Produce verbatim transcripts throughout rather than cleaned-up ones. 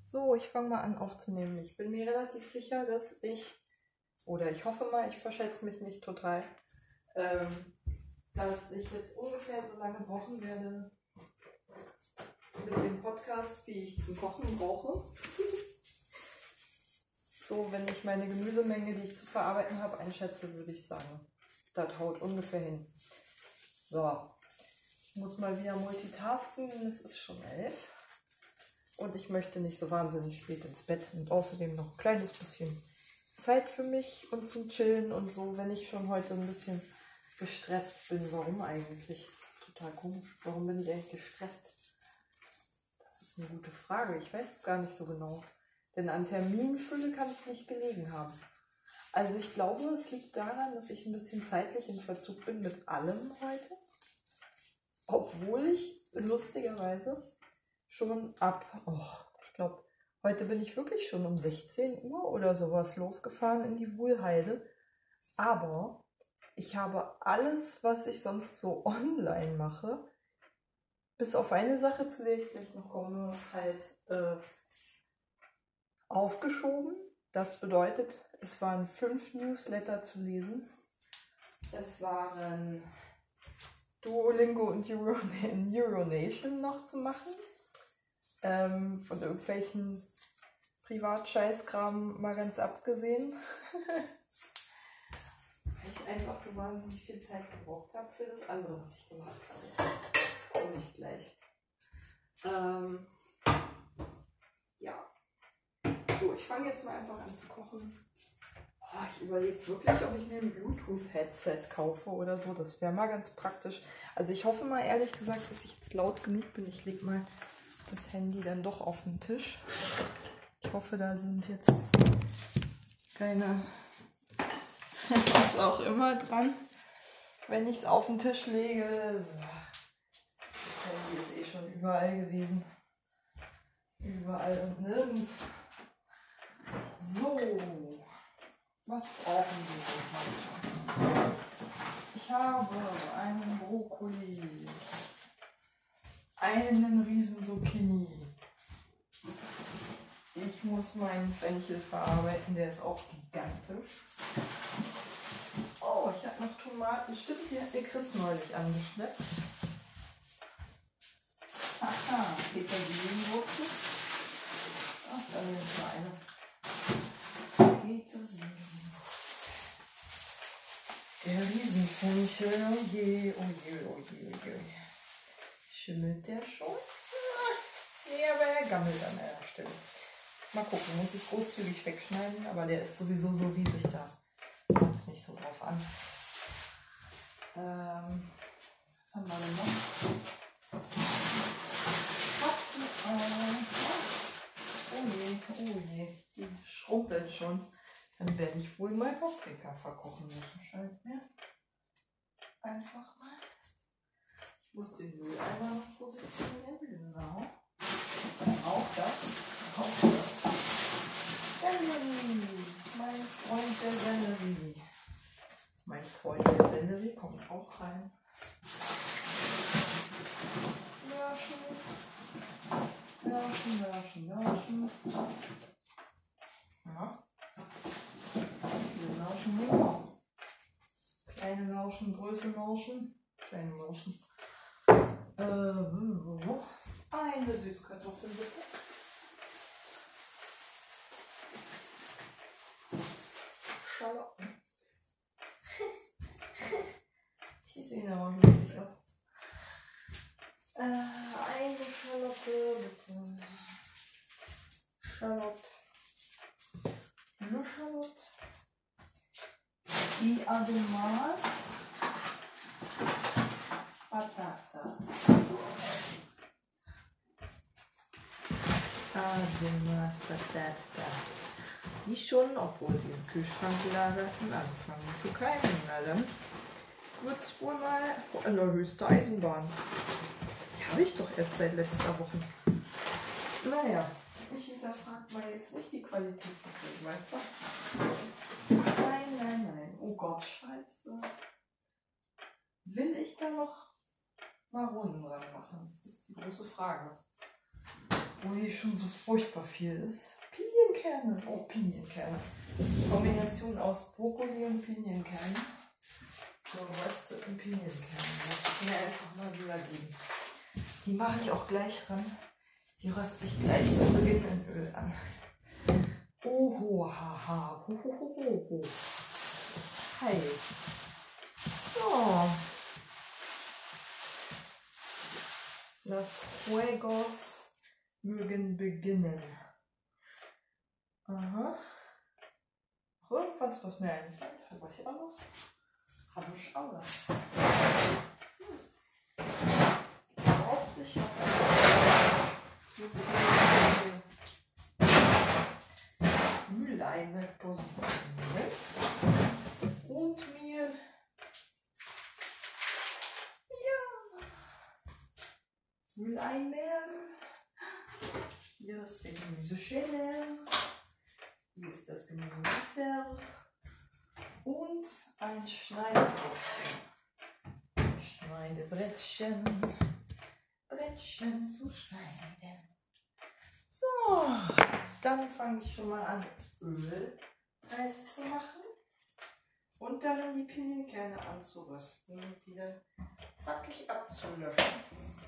So, ich fange mal an aufzunehmen. Ich bin mir relativ sicher, dass ich, oder ich hoffe mal, ich verschätze mich nicht total, ähm, dass ich jetzt ungefähr so lange brauchen werde mit dem Podcast, wie ich zum Kochen brauche. So, wenn ich meine Gemüsemenge, die ich zu verarbeiten habe, einschätze, würde ich sagen, das haut ungefähr hin. So, ich muss mal wieder multitasken, es ist schon elf. Und ich möchte nicht so wahnsinnig spät ins Bett und außerdem noch ein kleines bisschen Zeit für mich und zum Chillen und so, wenn ich schon heute ein bisschen gestresst bin. Warum eigentlich? Das ist total komisch. Warum bin ich eigentlich gestresst? Das ist eine gute Frage. Ich weiß es gar nicht so genau. Denn an Terminfülle kann es nicht gelegen haben. Also ich glaube, es liegt daran, dass ich ein bisschen zeitlich im Verzug bin mit allem heute. Obwohl ich lustigerweise schon ab, oh, ich glaube, heute bin ich wirklich schon um sechzehn Uhr oder sowas losgefahren in die Wuhlheide. Aber ich habe alles, was ich sonst so online mache, bis auf eine Sache, zu der ich gleich noch komme, halt äh, aufgeschoben. Das bedeutet, es waren fünf Newsletter zu lesen. Es waren Duolingo und Euro, Euronation noch zu machen. Ähm, von irgendwelchen Privatscheißkram mal ganz abgesehen. Weil ich einfach so wahnsinnig viel Zeit gebraucht habe für das andere, was ich gemacht habe. Das komme ich gleich. Ähm, ja. So, ich fange jetzt mal einfach an zu kochen. Oh, ich überlege wirklich, ob ich mir ein Bluetooth-Headset kaufe oder so. Das wäre mal ganz praktisch. Also ich hoffe mal ehrlich gesagt, dass ich jetzt laut genug bin. Ich lege mal das Handy dann doch auf den Tisch. Ich hoffe, da sind jetzt keine was auch immer dran, wenn ich es auf den Tisch lege. Das Handy ist eh schon überall gewesen. Überall und nirgends. So, was brauchen wir heute? Ich habe einen Brokkoli, einen riesen Zucchini. Ich muss meinen Fenchel verarbeiten, der ist auch gigantisch. Oh, ich habe noch Tomaten. Stimmt, die hat der Chris neulich angeschleppt. Aha, Petersilienwurzel. Ach, da nehme ich mal eine. Petersilienwurzel. Der Riesenfenchel. Oh je, oh je, oh je, oh je. Schimmelt der schon? Nee, aber er gammelt an einer Stelle. Mal gucken, muss ich großzügig wegschneiden, aber der ist sowieso so riesig, da kommt es nicht so drauf an. Ähm, was haben wir denn noch? Oh je, oh je, die schrumpeln schon. Dann werde ich wohl mal Paprika verkochen müssen, scheint mir. Einfach mal. Ich muss den Mülleimer noch positionieren, genau. Auch das, auch das. Sellerie, mein Freund der Sellerie. Mein Freund der Sellerie kommt auch rein. Mörschen, Mörschen, Mörschen, Mörschen. Ja. Viele Mörschen hier. Kleine Mörschen, Größe Mörschen. Kleine Mörschen. Äh, eine Süßkartoffel bitte. Schalotten. Die sehen aber lustig aus. Äh, eine Schalotte bitte. Schalott. Eine Schalotte. Die Adomas. Patatas. Adomas Patatas. Die schon, obwohl sie im Kühlschrank lagerten, anfangen zu keimen. Na dann wird es wohl mal allerhöchste Eisenbahn. Die habe ich doch erst seit letzter Woche. Naja, ich hinterfrage mal jetzt nicht die Qualität von dem, weißt du? Nein, nein, nein. Oh Gott, scheiße. Will ich da noch Maronen dran machen? Das ist jetzt die große Frage. wo hier schon so furchtbar viel ist. Pinienkerne. Oh, Pinienkerne. Kombination aus Brokkoli und Pinienkernen. Gerösteten Pinienkernen. Lass ich mir einfach mal wieder geben. Die mache ich auch gleich ran. Die röste ich gleich zu Beginn in Öl an. Oho, haha. Ho, ho, ho, ho, ho. Hi. So. Los Juegos mögen beginnen. Aha. Noch irgendwas, was mir einfällt? Habe ich alles? Habe ich alles. Hm. Überhaupt sicher. Jetzt muss ich mir die Mülleime positionieren. Und mir Mülleimer. Hier ist der Gemüseschäler. Hier ist das Gemüsemesser. Und ein Schneidebrettchen. Schneidebrettchen. Brettchen zu schneiden. So, dann fange ich schon mal an, Öl heiß zu machen. Und darin die Pinienkerne anzurösten und die dann zackig abzulöschen.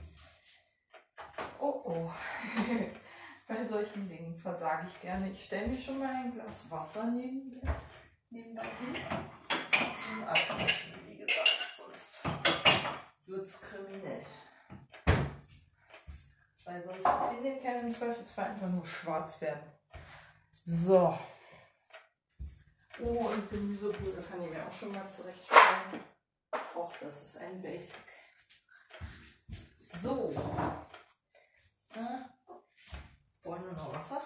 Oh oh, bei solchen Dingen versage ich gerne. Ich stelle mir schon mal ein Glas Wasser neben, nebenbei hin zum Abwaschen. Wie gesagt, sonst wird es kriminell. Weil sonst die Pinienkerne im Zweifelsfall einfach nur schwarz werden. So. Oh, und Gemüsebrühe kann ich mir auch schon mal zurechtschneiden. Auch das ist ein Basic. So. Jetzt wollen wir noch Wasser.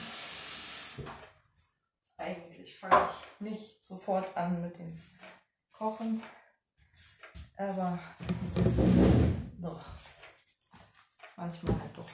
Eigentlich fange ich nicht sofort an mit dem Kochen. Aber doch. Manchmal halt doch.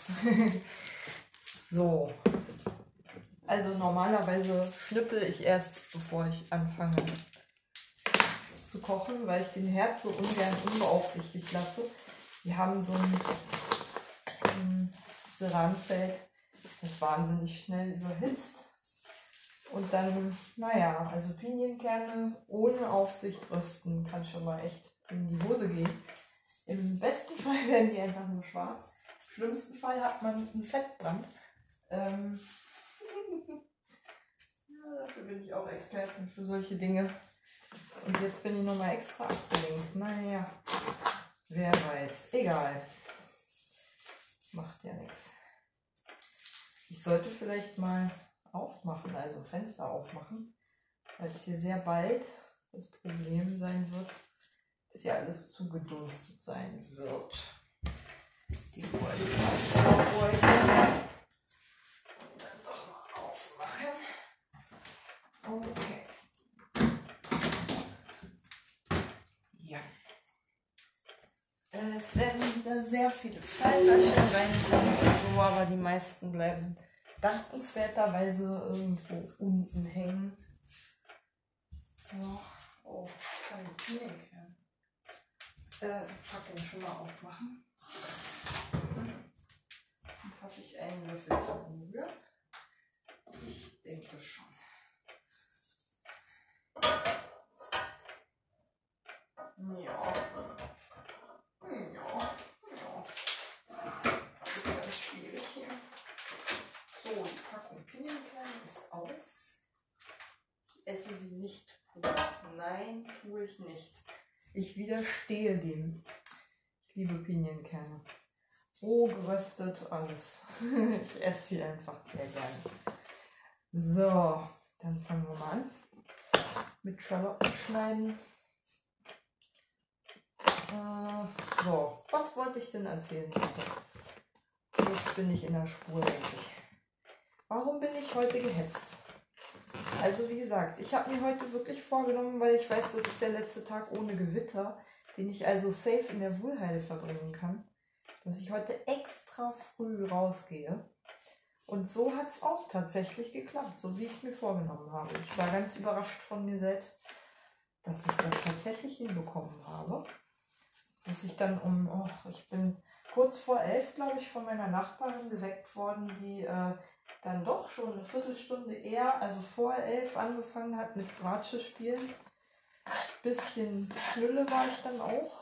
So. Also normalerweise schnippel ich erst, bevor ich anfange zu kochen, weil ich den Herd so ungern unbeaufsichtigt lasse. Wir haben so ein, so ein Ceranfeld, das wahnsinnig schnell überhitzt. Und dann, naja, also Pinienkerne ohne Aufsicht rösten kann schon mal echt in die Hose gehen. Im besten Fall werden die einfach nur schwarz. Im schlimmsten Fall hat man einen Fettbrand. Ähm, ja, dafür bin ich auch Expertin für solche Dinge. Und jetzt bin ich nochmal extra abgelenkt. Naja, wer weiß. Egal. Macht ja nichts. Ich sollte vielleicht mal aufmachen, also Fenster aufmachen, weil es hier sehr bald das Problem sein wird, dass hier alles zugedunstet sein wird. Die wollte ich mal vorbeugen. Dann doch mal aufmachen. Okay. Ja. Es werden wieder sehr viele Faltlöcher reinkommen und so, aber die meisten bleiben dankenswerterweise irgendwo unten hängen. So. Oh, kann ich Pinienkerne. Äh, Packung schon mal aufmachen. Jetzt habe ich einen Löffel zu rühren. Ich denke schon. Ja. Ja. Ja. Das ist ganz schwierig hier. So, die Packung Pinienkerne ist auf. Ich esse sie nicht pur. Nein, tue ich nicht. Ich widerstehe dem. Ich liebe Pinienkerne. Roh, geröstet, alles. Ich esse sie einfach sehr gerne. So, dann fangen wir mal an. Mit Schalotten schneiden. Äh, so, was wollte ich denn erzählen heute? Jetzt bin ich in der Spur, denke ich. Warum bin ich heute gehetzt? Also wie gesagt, ich habe mir heute wirklich vorgenommen, weil ich weiß, das ist der letzte Tag ohne Gewitter, den ich also safe in der Wuhlheide verbringen kann, dass ich heute extra früh rausgehe. Und so hat es auch tatsächlich geklappt, so wie ich es mir vorgenommen habe. Ich war ganz überrascht von mir selbst, dass ich das tatsächlich hinbekommen habe. Dass ich dann um, oh, ich bin kurz vor elf, glaube ich, von meiner Nachbarin geweckt worden, die äh, dann doch schon eine Viertelstunde eher, also vor elf angefangen hat mit Bratsche spielen. Bisschen Knülle war ich dann auch.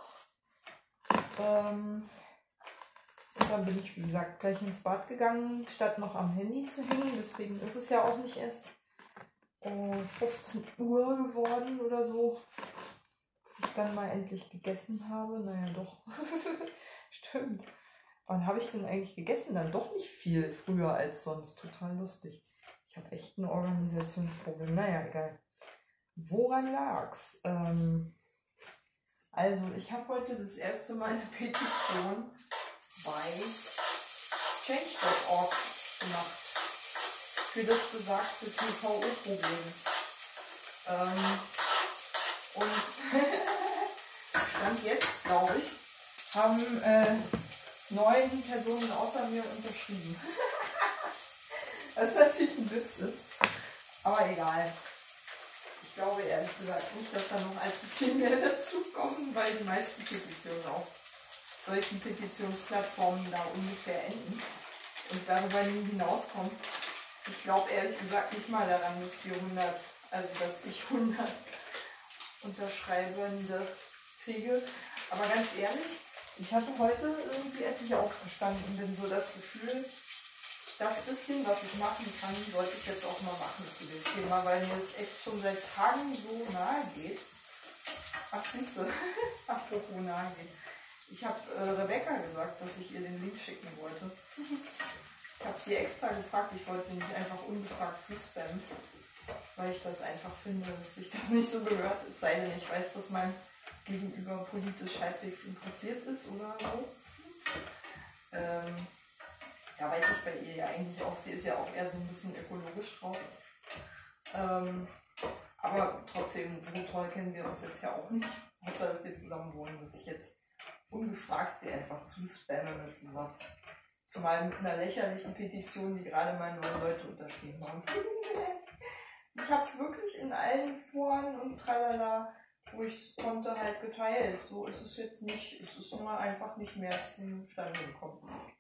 Ähm, und dann bin ich, wie gesagt, gleich ins Bad gegangen, statt noch am Handy zu hängen. Deswegen ist es ja auch nicht erst äh, fünfzehn Uhr geworden oder so, bis ich dann mal endlich gegessen habe. Naja, doch. Stimmt. Wann habe ich denn eigentlich gegessen? Dann doch nicht viel früher als sonst. Total lustig. Ich habe echt ein Organisationsproblem. Naja, egal. Woran lag's? Ähm, also, ich habe heute das erste Mal eine Petition bei change punkt org gemacht. Für das besagte T V O-Problem. Ähm, und Stand jetzt, glaube ich, haben äh, neun Personen außer mir unterschrieben. Was natürlich ein Witz ist. Aber egal. Ich glaube ehrlich gesagt nicht, dass da noch allzu viel mehr dazu kommen, weil die meisten Petitionen auf solchen Petitionsplattformen da ungefähr enden und darüber nie hinauskommen. Ich glaube ehrlich gesagt nicht mal daran, dass wir hundert, also dass ich hundert Unterschreibende kriege. Aber ganz ehrlich, ich hatte heute irgendwie, als ich aufgestanden bin, so das Gefühl, das bisschen, was ich machen kann, sollte ich jetzt auch mal machen zu dem Thema, weil mir es echt schon seit Tagen so nahe geht. Ach, siehst du, apropos nahe geht. Ich habe äh, Rebecca gesagt, dass ich ihr den Link schicken wollte. Ich habe sie extra gefragt, ich wollte sie nicht einfach ungefragt zuspammen, weil ich das einfach finde, dass sich das nicht so gehört. Es sei denn, ich weiß, dass mein Gegenüber politisch halbwegs interessiert ist oder so. Ähm, Ja, weiß ich bei ihr ja eigentlich auch. Sie ist ja auch eher so ein bisschen ökologisch drauf. Ähm, aber trotzdem, so toll kennen wir uns jetzt ja auch nicht. Außer, dass wir zusammen wohnen, dass ich jetzt ungefragt sie einfach zuspamme mit sowas. Zumal mit einer lächerlichen Petition, die gerade mal neun Leute unterschrieben haben. Ich habe es wirklich in allen Foren und tralala, wo ich es konnte, halt geteilt. So ist es jetzt nicht. Es ist immer einfach nicht mehr zustande gekommen.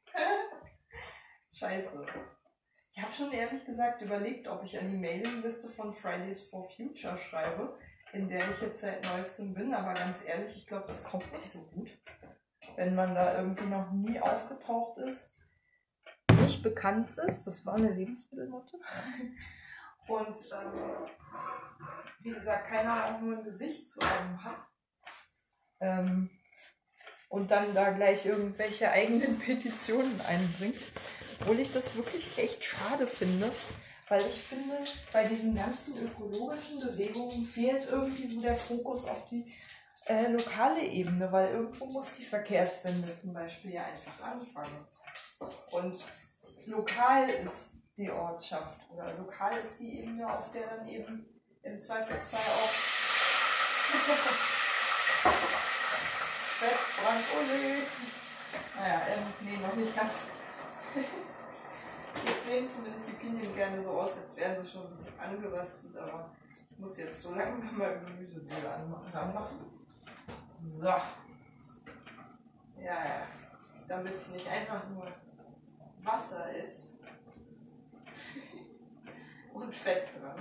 Scheiße. Ich habe schon ehrlich gesagt überlegt, ob ich an die Mailingliste von Fridays for Future schreibe, in der ich jetzt seit neuestem bin, aber ganz ehrlich, ich glaube, das kommt nicht so gut, wenn man da irgendwie noch nie aufgetaucht ist, nicht bekannt ist. Das war eine Lebensmittelmotte. Und ähm, wie gesagt, keiner auch nur ein Gesicht zu einem hat. Ähm, und dann da gleich irgendwelche eigenen Petitionen einbringt. Obwohl ich das wirklich echt schade finde, weil ich finde, bei diesen ganzen ökologischen Bewegungen fehlt irgendwie so der Fokus auf die äh, lokale Ebene, weil irgendwo muss die Verkehrswende zum Beispiel ja einfach anfangen. Und lokal ist die Ortschaft oder lokal ist die Ebene, auf der dann eben im Zweifelsfall auch Fettbrand, ole! Naja, ähm, nee, noch nicht ganz. Jetzt sehen zumindest die Pinien gerne so aus, als wären sie schon ein bisschen angeröstet, aber ich muss jetzt so langsam mal Gemüsebrühe anmachen. So. Ja, ja. Damit es nicht einfach nur Wasser ist und Fett dran.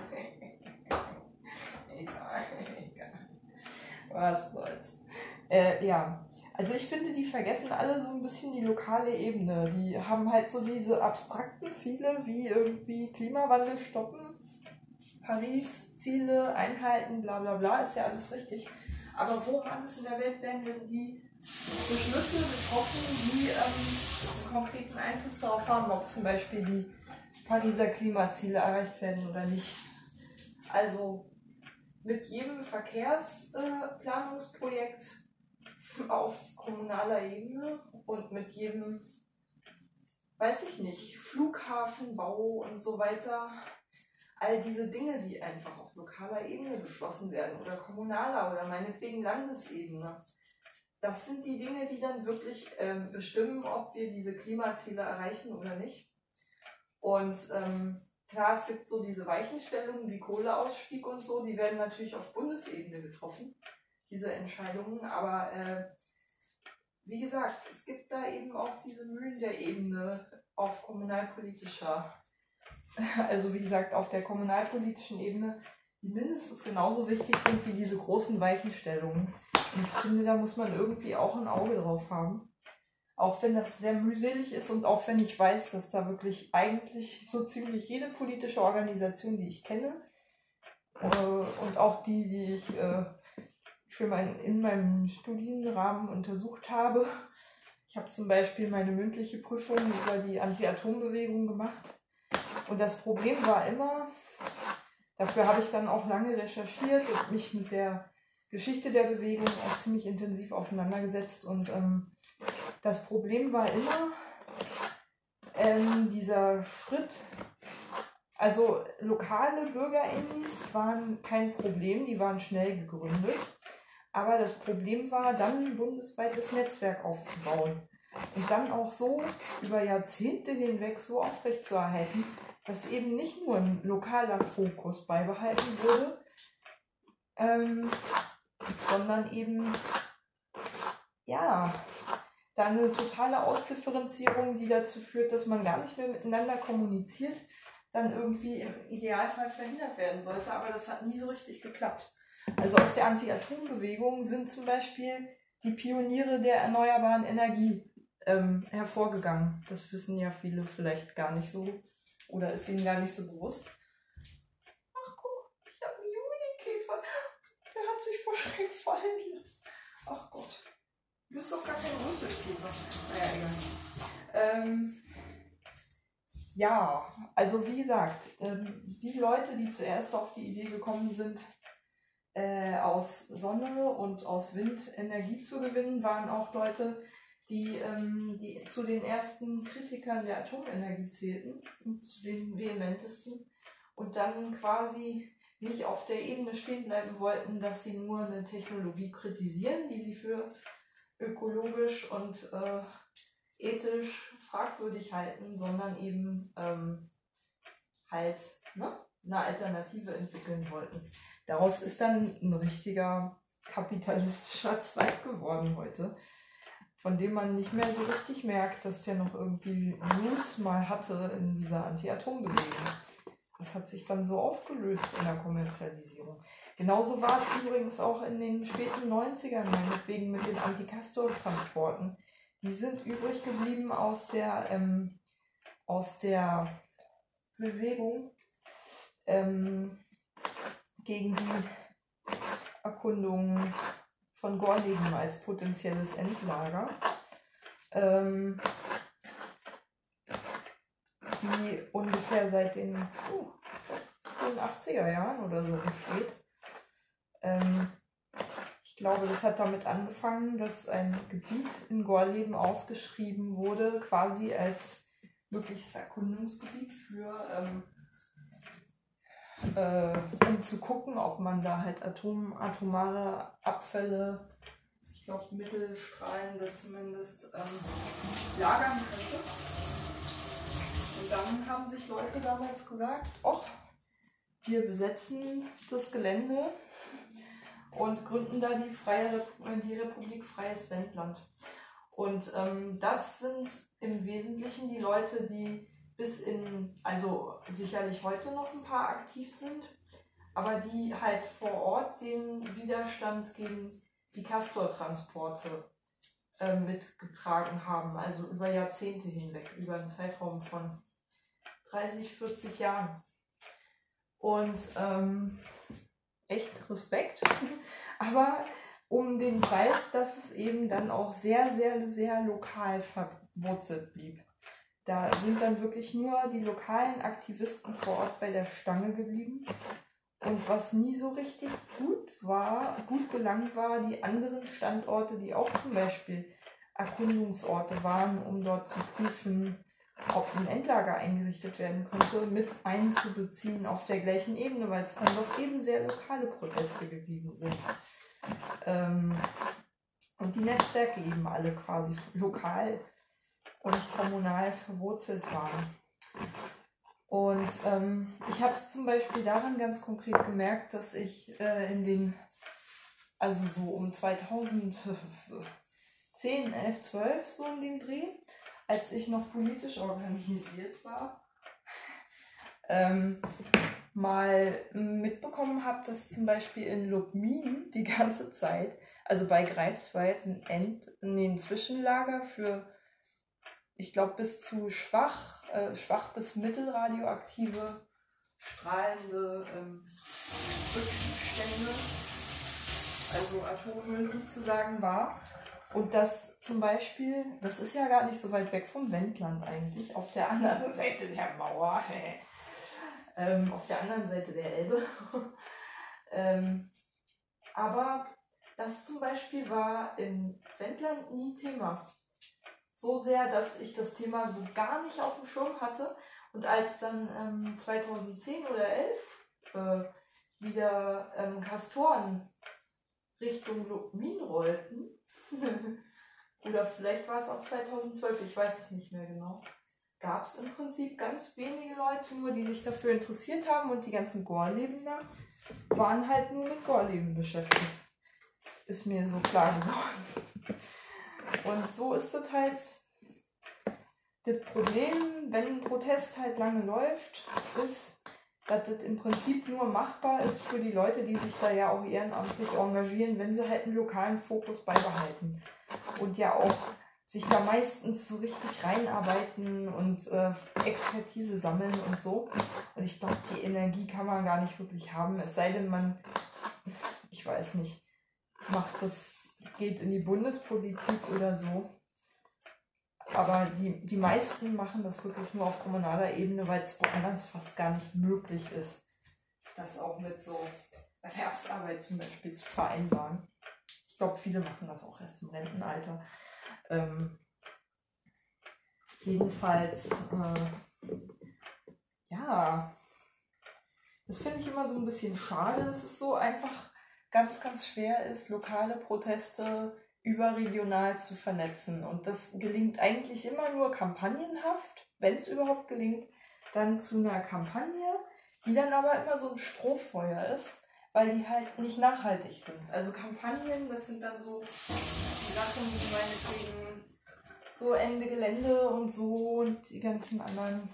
Egal, egal. Was soll's. Äh, ja. Also ich finde, die vergessen alle so ein bisschen die lokale Ebene. Die haben halt so diese abstrakten Ziele wie irgendwie Klimawandel stoppen, Paris-Ziele einhalten, bla bla bla, ist ja alles richtig. Aber wo alles in der Welt werden denn die Beschlüsse getroffen, die ähm, einen konkreten Einfluss darauf haben, ob zum Beispiel die Pariser Klimaziele erreicht werden oder nicht? Also mit jedem Verkehrsplanungsprojekt äh, auf kommunaler Ebene und mit jedem, weiß ich nicht, Flughafenbau und so weiter, all diese Dinge, die einfach auf lokaler Ebene beschlossen werden oder kommunaler oder meinetwegen Landesebene, das sind die Dinge, die dann wirklich ähm, bestimmen, ob wir diese Klimaziele erreichen oder nicht. Und ähm, klar, es gibt so diese Weichenstellungen wie Kohleausstieg und so, die werden natürlich auf Bundesebene getroffen, diese Entscheidungen, aber äh, wie gesagt, es gibt da eben auch diese Mühlen der Ebene auf kommunalpolitischer, also wie gesagt, auf der kommunalpolitischen Ebene, die mindestens genauso wichtig sind wie diese großen Weichenstellungen. Und ich finde, da muss man irgendwie auch ein Auge drauf haben. Auch wenn das sehr mühselig ist und auch wenn ich weiß, dass da wirklich eigentlich so ziemlich jede politische Organisation, die ich kenne, äh, und auch die, die ich äh, für mein, in meinem Studienrahmen untersucht habe. Ich habe zum Beispiel meine mündliche Prüfung über die Anti-Atom-Bewegung gemacht. Und das Problem war immer, dafür habe ich dann auch lange recherchiert und mich mit der Geschichte der Bewegung auch ziemlich intensiv auseinandergesetzt. Und ähm, das Problem war immer ähm, dieser Schritt, also lokale BürgerInis waren kein Problem, die waren schnell gegründet. Aber das Problem war, dann ein bundesweites Netzwerk aufzubauen und dann auch so über Jahrzehnte hinweg so aufrechtzuerhalten, dass eben nicht nur ein lokaler Fokus beibehalten wurde, ähm, sondern eben, ja, da eine totale Ausdifferenzierung, die dazu führt, dass man gar nicht mehr miteinander kommuniziert, dann irgendwie im Idealfall verhindert werden sollte. Aber das hat nie so richtig geklappt. Also aus der Anti-Atom-Bewegung sind zum Beispiel die Pioniere der erneuerbaren Energie ähm, hervorgegangen. Das wissen ja viele vielleicht gar nicht so oder ist ihnen gar nicht so bewusst. Ach guck, ich habe einen Junikäfer. Der hat sich vor Schreck fallen lassen. Ach Gott, du bist doch gar kein Russischkäfer. Naja, egal. Ähm, ja, also wie gesagt, ähm, die Leute, die zuerst auf die Idee gekommen sind, Äh, aus Sonne und aus Wind Energie zu gewinnen, waren auch Leute, die, ähm, die zu den ersten Kritikern der Atomenergie zählten und zu den vehementesten und dann quasi nicht auf der Ebene stehen bleiben wollten, dass sie nur eine Technologie kritisieren, die sie für ökologisch und äh, ethisch fragwürdig halten, sondern eben ähm, halt ne, eine Alternative entwickeln wollten. Daraus ist dann ein richtiger kapitalistischer Zweig geworden heute, von dem man nicht mehr so richtig merkt, dass der noch irgendwie Roots mal hatte in dieser Anti-Atom-Bewegung. Das hat sich dann so aufgelöst in der Kommerzialisierung. Genauso war es übrigens auch in den späten neunzigern, meinetwegen mit den Anti-Castor-Transporten. Die sind übrig geblieben aus der, ähm, aus der Bewegung ähm, gegen die Erkundung von Gorleben als potenzielles Endlager, ähm, die ungefähr seit den uh, frühen achtziger Jahren oder so besteht. Ähm, ich glaube, das hat damit angefangen, dass ein Gebiet in Gorleben ausgeschrieben wurde, quasi als mögliches Erkundungsgebiet für ähm, Äh, um zu gucken, ob man da halt Atom, atomare Abfälle, ich glaube mittelstrahlende zumindest, ähm, lagern könnte. Und dann haben sich Leute damals gesagt, ach, wir besetzen das Gelände und gründen da die, freie Rep- die Republik Freies Wendland. Und ähm, das sind im Wesentlichen die Leute, die bis in, also sicherlich heute noch ein paar aktiv sind, aber die halt vor Ort den Widerstand gegen die Castor-Transporte äh, mitgetragen haben, also über Jahrzehnte hinweg, über einen Zeitraum von dreißig, vierzig Jahren. Und ähm, echt Respekt, aber um den Preis, dass es eben dann auch sehr, sehr, sehr lokal verwurzelt blieb. Da sind dann wirklich nur die lokalen Aktivisten vor Ort bei der Stange geblieben. Und was nie so richtig gut war, gut gelangt war, die anderen Standorte, die auch zum Beispiel Erkundungsorte waren, um dort zu prüfen, ob ein Endlager eingerichtet werden konnte, mit einzubeziehen auf der gleichen Ebene, weil es dann doch eben sehr lokale Proteste geblieben sind. Ähm, und die Netzwerke eben alle quasi lokal und kommunal verwurzelt waren. Und ähm, ich habe es zum Beispiel daran ganz konkret gemerkt, dass ich äh, in den, also so um zweitausend, zehn, elf, zwölf, so in dem Dreh, als ich noch politisch organisiert war, ähm, mal mitbekommen habe, dass zum Beispiel in Lubmin die ganze Zeit, also bei Greifswald, ein, End, nee, ein Zwischenlager für, ich glaube, bis zu schwach, äh, schwach bis mittelradioaktive, strahlende ähm, Rückstände, also Atommüll sozusagen war. Und das zum Beispiel, das ist ja gar nicht so weit weg vom Wendland eigentlich, auf der anderen Seite der Mauer, ähm, auf der anderen Seite der Elbe. ähm, aber das zum Beispiel war in Wendland nie Thema. So sehr, dass ich das Thema so gar nicht auf dem Schirm hatte. Und als dann ähm, zweitausendzehn oder elf äh, wieder ähm, Castoren Richtung Lubmin rollten, oder vielleicht war es auch zweitausendzwölf, ich weiß es nicht mehr genau, gab es im Prinzip ganz wenige Leute nur, die sich dafür interessiert haben, und die ganzen Gorlebender waren halt nur mit Gorleben beschäftigt. Ist mir so klar geworden. Und so ist das halt das Problem, wenn ein Protest halt lange läuft, ist, dass das im Prinzip nur machbar ist für die Leute, die sich da ja auch ehrenamtlich engagieren, wenn sie halt einen lokalen Fokus beibehalten. Und ja auch sich da meistens so richtig reinarbeiten und äh, Expertise sammeln und so. Und ich glaube, die Energie kann man gar nicht wirklich haben, es sei denn, man, ich weiß nicht, macht das, geht in die Bundespolitik oder so. Aber die, die meisten machen das wirklich nur auf kommunaler Ebene, weil es woanders fast gar nicht möglich ist, das auch mit so Erwerbsarbeit zum Beispiel zu vereinbaren. Ich glaube, viele machen das auch erst im Rentenalter. Ähm, jedenfalls, äh, ja, das finde ich immer so ein bisschen schade, dass es so einfach ganz, ganz schwer ist, lokale Proteste überregional zu vernetzen. Und das gelingt eigentlich immer nur kampagnenhaft, wenn es überhaupt gelingt, dann zu einer Kampagne, die dann aber immer so ein Strohfeuer ist, weil die halt nicht nachhaltig sind. Also Kampagnen, das sind dann so die Sachen, die meinetwegen so Ende Gelände und so und die ganzen anderen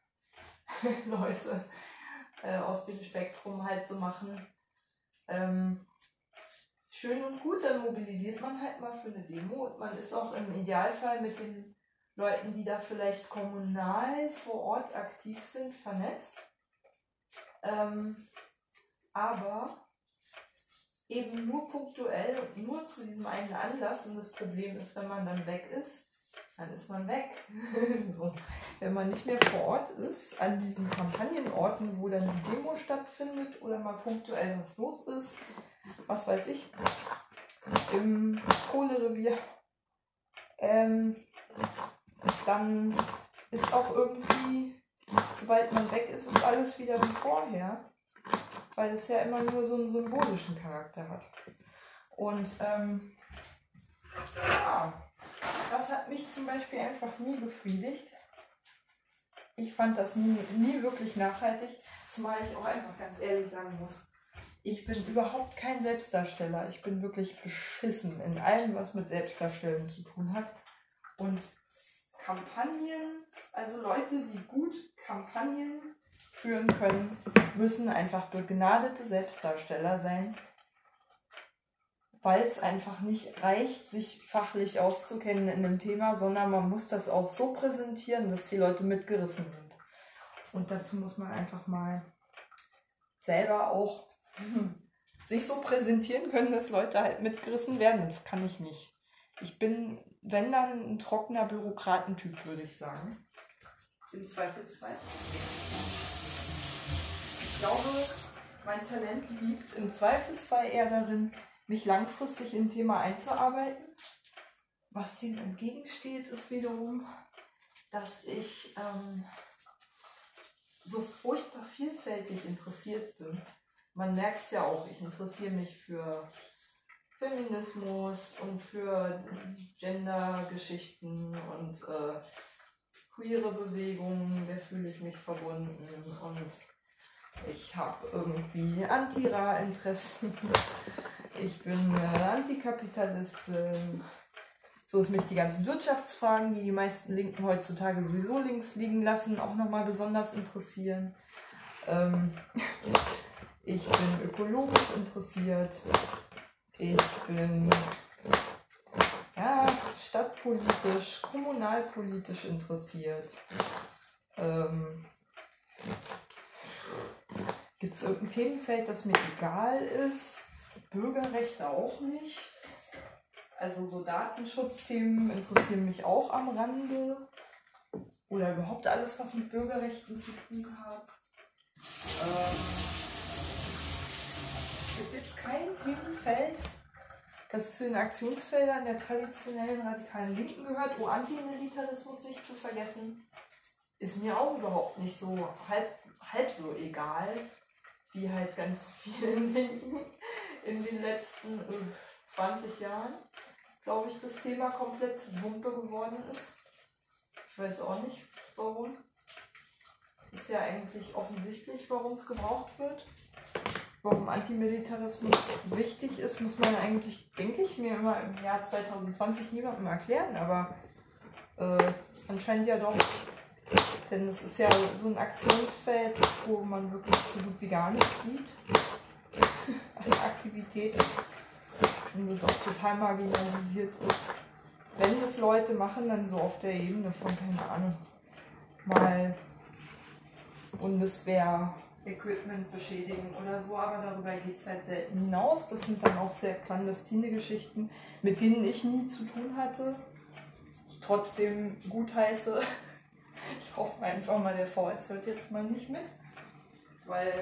Leute äh, aus dem Spektrum halt so machen. Ähm, Schön und gut, dann mobilisiert man halt mal für eine Demo und man ist auch im Idealfall mit den Leuten, die da vielleicht kommunal vor Ort aktiv sind, vernetzt. Ähm, aber eben nur punktuell und nur zu diesem einen Anlass. Und das Problem ist, wenn man dann weg ist, dann ist man weg. So. Wenn man nicht mehr vor Ort ist, an diesen Kampagnenorten, wo dann die Demo stattfindet oder mal punktuell was los ist, was weiß ich, im Kohlerevier, ähm, dann ist auch irgendwie, sobald man weg ist, ist alles wieder wie vorher, weil es ja immer nur so einen symbolischen Charakter hat. Und ähm, ja, das hat mich zum Beispiel einfach nie befriedigt. Ich fand das nie, nie wirklich nachhaltig, zumal ich auch einfach ganz ehrlich sagen muss, ich bin überhaupt kein Selbstdarsteller. Ich bin wirklich beschissen in allem, was mit Selbstdarstellung zu tun hat. Und Kampagnen, also Leute, die gut Kampagnen führen können, müssen einfach begnadete Selbstdarsteller sein, weil es einfach nicht reicht, sich fachlich auszukennen in dem Thema, sondern man muss das auch so präsentieren, dass die Leute mitgerissen sind. Und dazu muss man einfach mal selber auch sich so präsentieren können, dass Leute halt mitgerissen werden. Das kann ich nicht. Ich bin, wenn dann, ein trockener Bürokratentyp, würde ich sagen. Im Zweifelsfall. Ich glaube, mein Talent liegt im Zweifelsfall eher darin, mich langfristig in ein Thema einzuarbeiten. Was dem entgegensteht, ist wiederum, dass ich ähm, so furchtbar vielfältig interessiert bin. Man merkt es ja auch, ich interessiere mich für Feminismus und für Gender-Geschichten und äh, queere Bewegungen, da fühle ich mich verbunden, und ich habe irgendwie Anti-Ra-Interessen, ich bin äh, Antikapitalistin, So ist mich die ganzen Wirtschaftsfragen, die die meisten Linken heutzutage sowieso links liegen lassen, auch nochmal besonders interessieren. Ähm, ich bin ökologisch interessiert. Ich bin ja, stadtpolitisch, kommunalpolitisch interessiert. Ähm, Gibt es irgendein Themenfeld, das mir egal ist? Bürgerrechte auch nicht. Also so Datenschutzthemen interessieren mich auch am Rande. Oder überhaupt alles, was mit Bürgerrechten zu tun hat. Ähm, es gibt jetzt kein Themenfeld, das zu den Aktionsfeldern der traditionellen radikalen Linken gehört. Oh, Antimilitarismus nicht zu vergessen. Ist mir auch überhaupt nicht so halb, halb so egal, wie halt ganz vielen Linken in den letzten äh, zwanzig Jahren, glaube ich, das Thema komplett Wumpe geworden ist. Ich weiß auch nicht, warum. Ist ja eigentlich offensichtlich, warum es gebraucht wird. Warum Antimilitarismus wichtig ist, muss man eigentlich, denke ich, mir immer im Jahr zwanzig zwanzig niemandem erklären, aber äh, anscheinend ja doch. Denn es ist ja so ein Aktionsfeld, wo man wirklich so gut wie gar nichts sieht an Aktivitäten. Und das auch total marginalisiert ist. Wenn das Leute machen, dann so auf der Ebene von, keine Ahnung, mal Bundeswehr-Equipment beschädigen oder so, aber darüber geht es halt selten hinaus. Das sind dann auch sehr clandestine Geschichten, mit denen ich nie zu tun hatte. Ich trotzdem gutheiße. Ich hoffe einfach mal, der V S hört jetzt mal nicht mit, weil,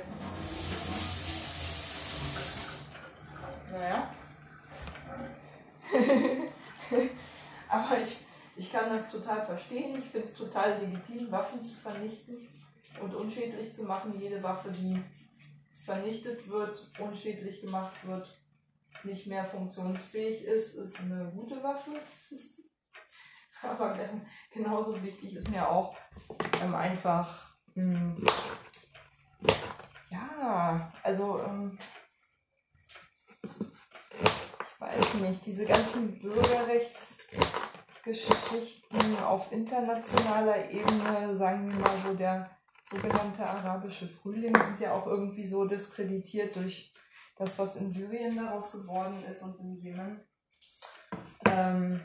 naja, aber ich, ich kann das total verstehen. Ich finde es total legitim, Waffen zu vernichten und unschädlich zu machen. Jede Waffe, die vernichtet wird, unschädlich gemacht wird, nicht mehr funktionsfähig ist, ist eine gute Waffe. Aber genauso wichtig ist mir auch ähm, einfach, mh, ja, also, ähm, ich weiß nicht, diese ganzen Bürgerrechtsgeschichten auf internationaler Ebene, sagen wir mal so, der sogenannte arabische Frühling, sind ja auch irgendwie so diskreditiert durch das, was in Syrien daraus geworden ist und in Jemen. Ähm,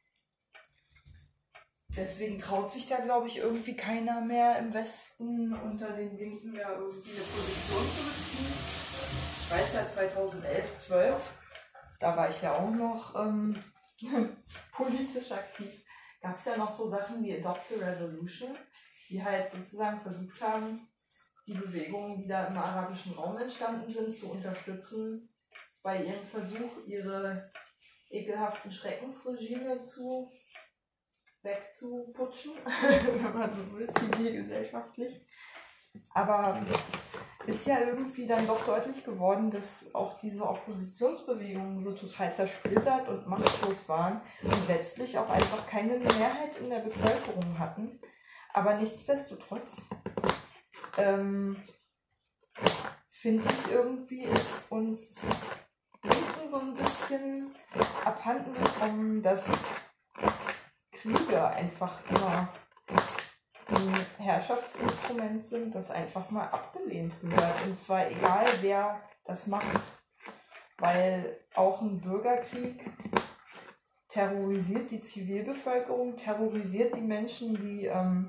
Deswegen traut sich da, glaube ich, irgendwie keiner mehr im Westen unter den Linken da irgendwie eine Position zu beziehen. Ich weiß ja, zweitausendelf, zwölf, da war ich ja auch noch ähm, politisch aktiv, gab es ja noch so Sachen wie Adopt a Revolution, die halt sozusagen versucht haben, die Bewegungen, die da im arabischen Raum entstanden sind, zu unterstützen bei ihrem Versuch, ihre ekelhaften Schreckensregime zu wegzuputschen, wenn man so will, zivilgesellschaftlich. Aber ist ja irgendwie dann doch deutlich geworden, dass auch diese Oppositionsbewegungen so total zersplittert und machtlos waren und letztlich auch einfach keine Mehrheit in der Bevölkerung hatten. Aber nichtsdestotrotz ähm, finde ich irgendwie, ist uns Linken so ein bisschen abhanden gekommen, dass Kriege einfach immer ein Herrschaftsinstrument sind, das einfach mal abgelehnt wird. Und zwar egal, wer das macht. Weil auch ein Bürgerkrieg terrorisiert die Zivilbevölkerung, terrorisiert die Menschen, die ähm,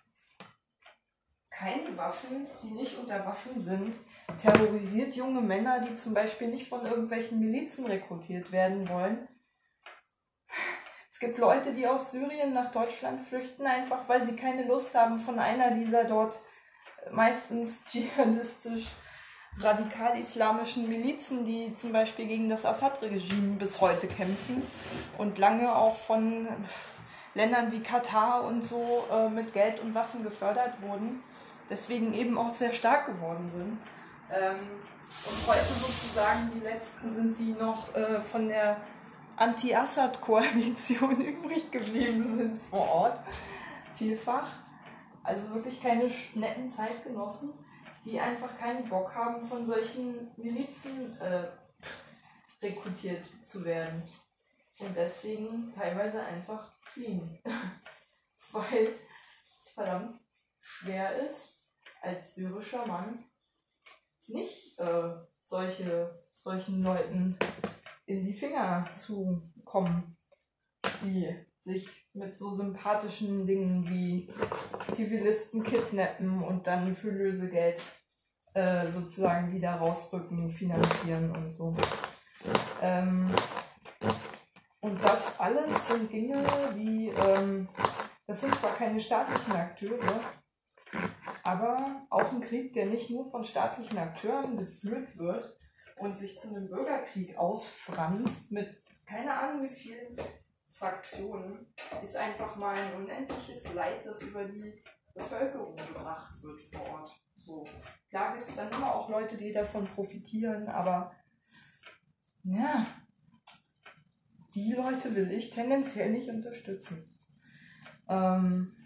keine Waffen, die nicht unter Waffen sind, terrorisiert junge Männer, die zum Beispiel nicht von irgendwelchen Milizen rekrutiert werden wollen. Es gibt Leute, die aus Syrien nach Deutschland flüchten, einfach weil sie keine Lust haben, von einer dieser dort meistens dschihadistisch radikal-islamischen Milizen, die zum Beispiel gegen das Assad-Regime bis heute kämpfen und lange auch von Ländern wie Katar und so äh, mit Geld und Waffen gefördert wurden, deswegen eben auch sehr stark geworden sind. Ähm, und heute sozusagen die letzten sind, die noch äh, von der Anti-Assad-Koalition übrig geblieben sind vor Ort, vielfach. Also wirklich keine netten Zeitgenossen, die einfach keinen Bock haben, von solchen Milizen äh, rekrutiert zu werden. und deswegen teilweise einfach fliehen. Weil es verdammt schwer ist, als syrischer Mann nicht äh, solche, solchen Leuten in die Finger zu kommen, die sich mit so sympathischen Dingen wie Zivilisten kidnappen und dann für Lösegeld äh, sozusagen wieder rausrücken, finanzieren und so. Ähm, und das alles sind Dinge, die, ähm, das sind zwar keine staatlichen Akteure, aber auch ein Krieg, der nicht nur von staatlichen Akteuren geführt wird und sich zu einem Bürgerkrieg ausfranst mit keine Ahnung wie vielen Fraktionen, ist einfach mal ein unendliches Leid, das über die Bevölkerung gebracht wird vor Ort. So. Klar gibt es dann immer auch Leute, die davon profitieren, aber ja, die Leute will ich tendenziell nicht unterstützen. Ähm,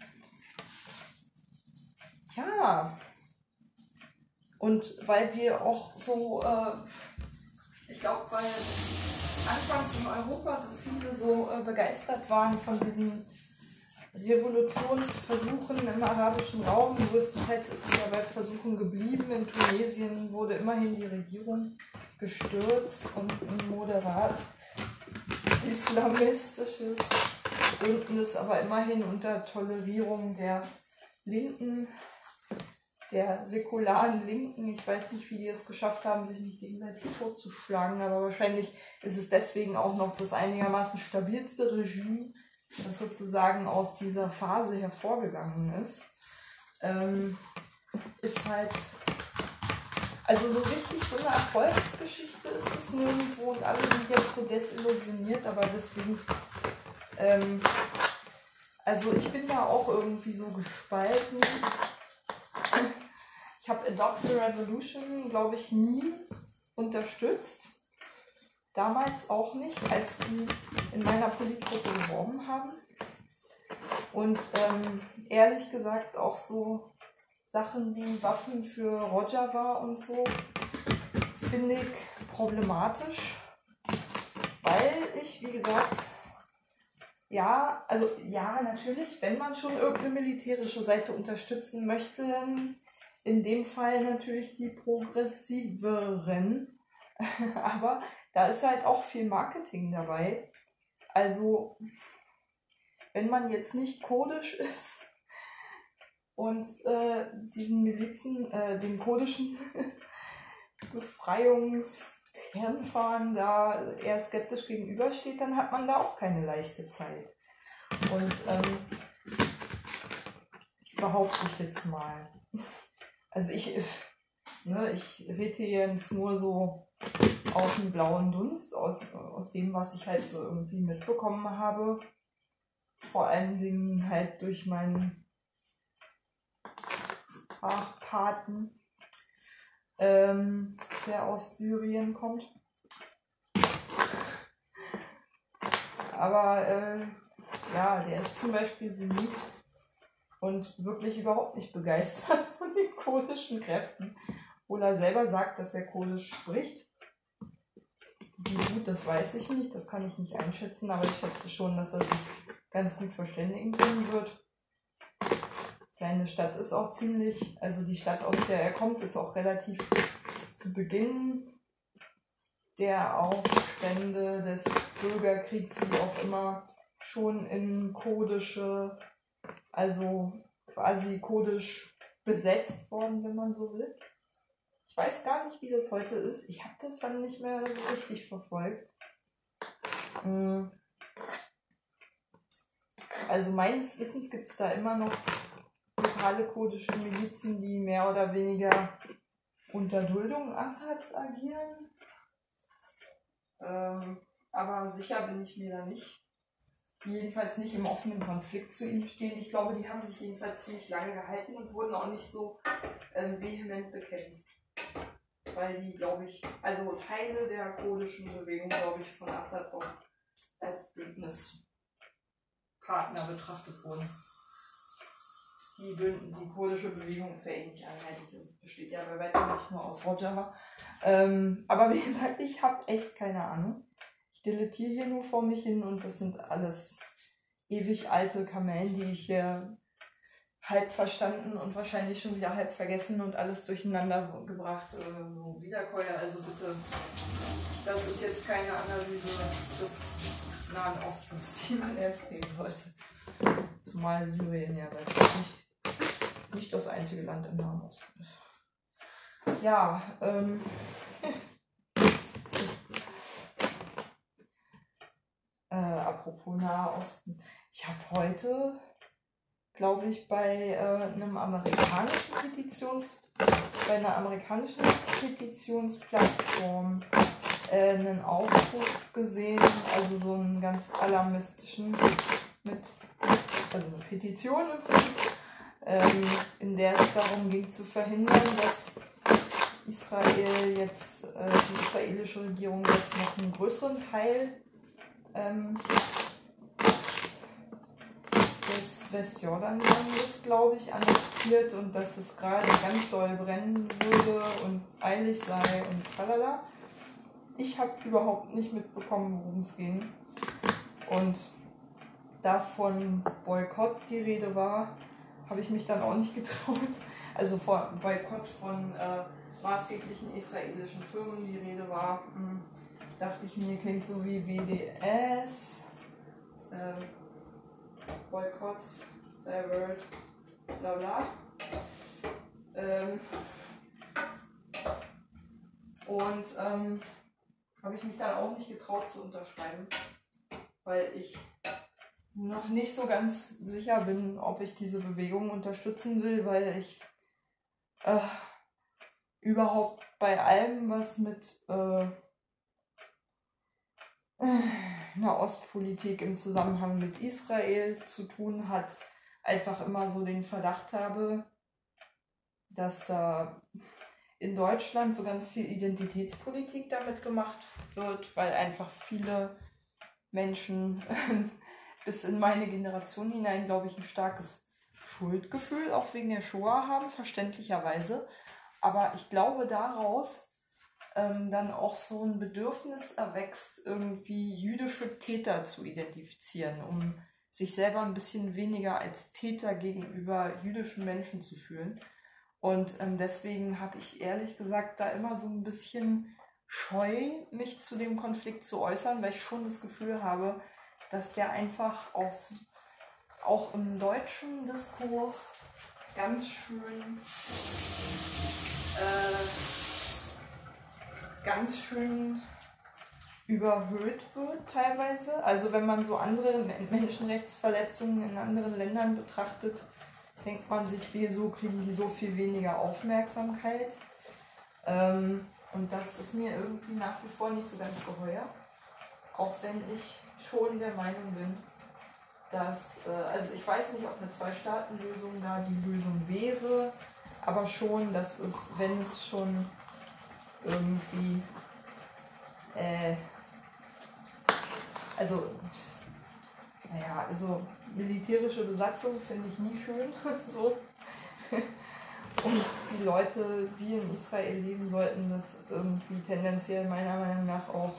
tja, und weil wir auch so, äh, ich glaube, weil anfangs in Europa so viele so äh, begeistert waren von diesen Revolutionsversuchen im arabischen Raum. Größtenteils ist es ja bei Versuchen geblieben. In Tunesien wurde immerhin die Regierung gestürzt und ein moderat islamistisches Bündnis, aber immerhin unter Tolerierung der Linken, der säkularen Linken. Ich weiß nicht, wie die es geschafft haben, sich nicht gegenseitig totzuschlagen, aber wahrscheinlich ist es deswegen auch noch das einigermaßen stabilste Regime, das sozusagen aus dieser Phase hervorgegangen ist. Ähm, ist halt, also so richtig so eine Erfolgsgeschichte ist es nirgendwo und alle sind jetzt so desillusioniert, aber deswegen, ähm, also ich bin da auch irgendwie so gespalten. Ich habe Adopt the Revolution, glaube ich, nie unterstützt. Damals auch nicht, als die in meiner Politgruppe geworben haben. Und ähm, ehrlich gesagt auch so Sachen wie Waffen für Rojava und so finde ich problematisch, weil ich, wie gesagt, ja, also ja, natürlich, wenn man schon irgendeine militärische Seite unterstützen möchte, in dem Fall natürlich die progressiveren, aber da ist halt auch viel Marketing dabei. Also, wenn man jetzt nicht kurdisch ist und äh, diesen Milizen, äh, den kurdischen Befreiungskämpfern da eher skeptisch gegenübersteht, dann hat man da auch keine leichte Zeit. Und ähm, behaupte ich jetzt mal. Also ich, ne, ich rede hier jetzt nur so aus dem blauen Dunst, aus, aus dem, was ich halt so irgendwie mitbekommen habe. Vor allen Dingen halt durch meinen Paten, ähm, der aus Syrien kommt. Aber äh, ja, der ist zum Beispiel Sunnit und wirklich überhaupt nicht begeistert von den kurdischen Kräften, obwohl er selber sagt, dass er Kurdisch spricht. Wie gut, das weiß ich nicht, das kann ich nicht einschätzen, aber ich schätze schon, dass er sich ganz gut verständigen können wird. Seine Stadt ist auch ziemlich, also die Stadt, aus der er kommt, ist auch relativ zu Beginn der Aufstände des Bürgerkriegs, wie auch immer, schon in kurdische, also quasi kurdisch besetzt worden, wenn man so will. Ich weiß gar nicht, wie das heute ist. Ich habe das dann nicht mehr so richtig verfolgt. Also meines Wissens gibt es da immer noch lokale kurdische Milizen, die mehr oder weniger unter Duldung Assads agieren. Ähm, aber sicher bin ich mir da nicht. Die jedenfalls nicht im offenen Konflikt zu ihm stehen. Ich glaube, die haben sich jedenfalls ziemlich lange gehalten und wurden auch nicht so ähm, vehement bekämpft. Weil die, glaube ich, also Teile der kurdischen Bewegung, glaube ich, von Assad auch als Bündnispartner betrachtet wurden. Die, die kurdische Bewegung ist ja eh nicht einheitlich und besteht ja bei weitem nicht nur aus Rojava. Ähm, aber wie gesagt, ich habe echt keine Ahnung. Ich Ich deletiere hier nur vor mich hin und das sind alles ewig alte Kamellen, die ich hier halb verstanden und wahrscheinlich schon wieder halb vergessen und alles durcheinander gebracht. Äh, so Wiederkäuer, also bitte, das ist jetzt keine Analyse des Nahen Ostens, die man erst nehmen sollte. Zumal Syrien ja, weiß ich nicht, nicht das einzige Land im Nahen Osten ist. Ja, ähm... äh, apropos Nahe Osten. Ich habe heute, glaube ich, bei äh, einem amerikanischen Petitions... bei einer amerikanischen Petitionsplattform äh, einen Aufruf gesehen, also so einen ganz alarmistischen mit, also eine Petition im Prinzip, ähm, in der es darum ging zu verhindern, dass Israel jetzt, äh, die israelische Regierung jetzt noch einen größeren Teil ähm, des Westjordanlandes, glaube ich, annektiert und dass es gerade ganz doll brennen würde und eilig sei und tralala. Ich habe überhaupt nicht mitbekommen, worum es ging. Und da von Boykott die Rede war, habe ich mich dann auch nicht getraut. Also von Boykott von äh, maßgeblichen israelischen Firmen die Rede war, mh, dachte ich mir, klingt so wie B D S, äh, Boykott, Divert, bla bla. Ähm, und ähm, habe ich mich dann auch nicht getraut zu unterschreiben, weil ich noch nicht so ganz sicher bin, ob ich diese Bewegung unterstützen will, weil ich äh, überhaupt bei allem, was mit äh, Nahostpolitik im Zusammenhang mit Israel zu tun hat, einfach immer so den Verdacht habe, dass da in Deutschland so ganz viel Identitätspolitik damit gemacht wird, weil einfach viele Menschen bis in meine Generation hinein, glaube ich, ein starkes Schuldgefühl auch wegen der Shoah haben, verständlicherweise. Aber ich glaube, daraus ähm, dann auch so ein Bedürfnis erwächst, irgendwie jüdische Täter zu identifizieren, um sich selber ein bisschen weniger als Täter gegenüber jüdischen Menschen zu fühlen. Und ähm, deswegen habe ich ehrlich gesagt da immer so ein bisschen scheu, mich zu dem Konflikt zu äußern, weil ich schon das Gefühl habe, dass der einfach aus, auch im deutschen Diskurs ganz schön äh, ganz schön überhöht wird teilweise. Also wenn man so andere Menschenrechtsverletzungen in anderen Ländern betrachtet, denkt man sich, wieso kriegen die so viel weniger Aufmerksamkeit? Ähm, und das ist mir irgendwie nach wie vor nicht so ganz geheuer. Auch wenn ich schon der Meinung bin, dass, äh, also ich weiß nicht, ob eine Zwei-Staaten-Lösung da die Lösung wäre, aber schon, dass es, wenn es schon irgendwie, äh, also, naja, also militärische Besatzung finde ich nie schön, so. Und die Leute, die in Israel leben, sollten das irgendwie tendenziell meiner Meinung nach auch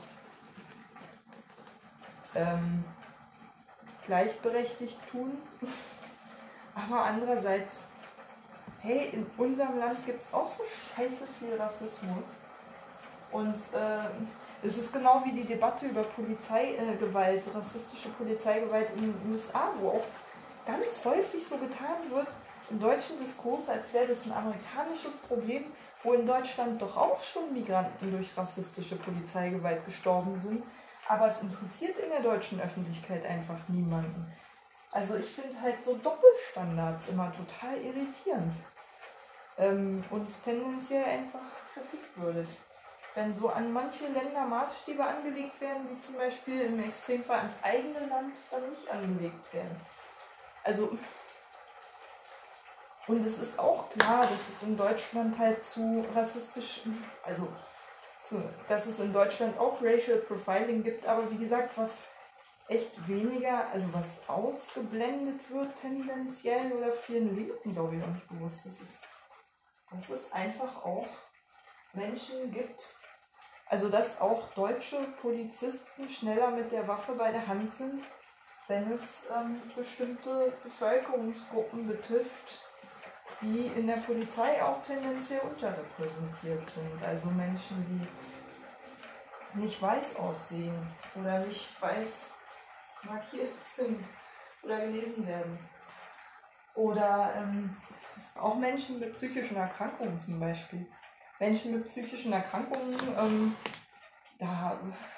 ähm, gleichberechtigt tun. Aber andererseits, hey, in unserem Land gibt es auch so scheiße viel Rassismus. Und äh, es ist genau wie die Debatte über Polizeigewalt, äh, rassistische Polizeigewalt in den U S A, wo auch ganz häufig so getan wird im deutschen Diskurs, als wäre das ein amerikanisches Problem, wo in Deutschland doch auch schon Migranten durch rassistische Polizeigewalt gestorben sind. Aber es interessiert in der deutschen Öffentlichkeit einfach niemanden. Also ich finde halt so Doppelstandards immer total irritierend. Ähm, und tendenziell einfach kritikwürdig. Wenn so an manche Länder Maßstäbe angelegt werden, die zum Beispiel im Extremfall ans eigene Land dann nicht angelegt werden. Also, und es ist auch klar, dass es in Deutschland halt zu rassistisch, also zu, dass es in Deutschland auch Racial Profiling gibt, aber wie gesagt, was echt weniger, also was ausgeblendet wird tendenziell oder vielen Linken, glaube ich, auch nicht bewusst ist, dass es einfach auch Menschen gibt, Also dass auch deutsche Polizisten schneller mit der Waffe bei der Hand sind, wenn es ähm, bestimmte Bevölkerungsgruppen betrifft, die in der Polizei auch tendenziell unterrepräsentiert sind. Also Menschen, die nicht weiß aussehen oder nicht weiß markiert sind oder gelesen werden. Oder ähm, auch Menschen mit psychischen Erkrankungen zum Beispiel. Menschen mit psychischen Erkrankungen, ähm, da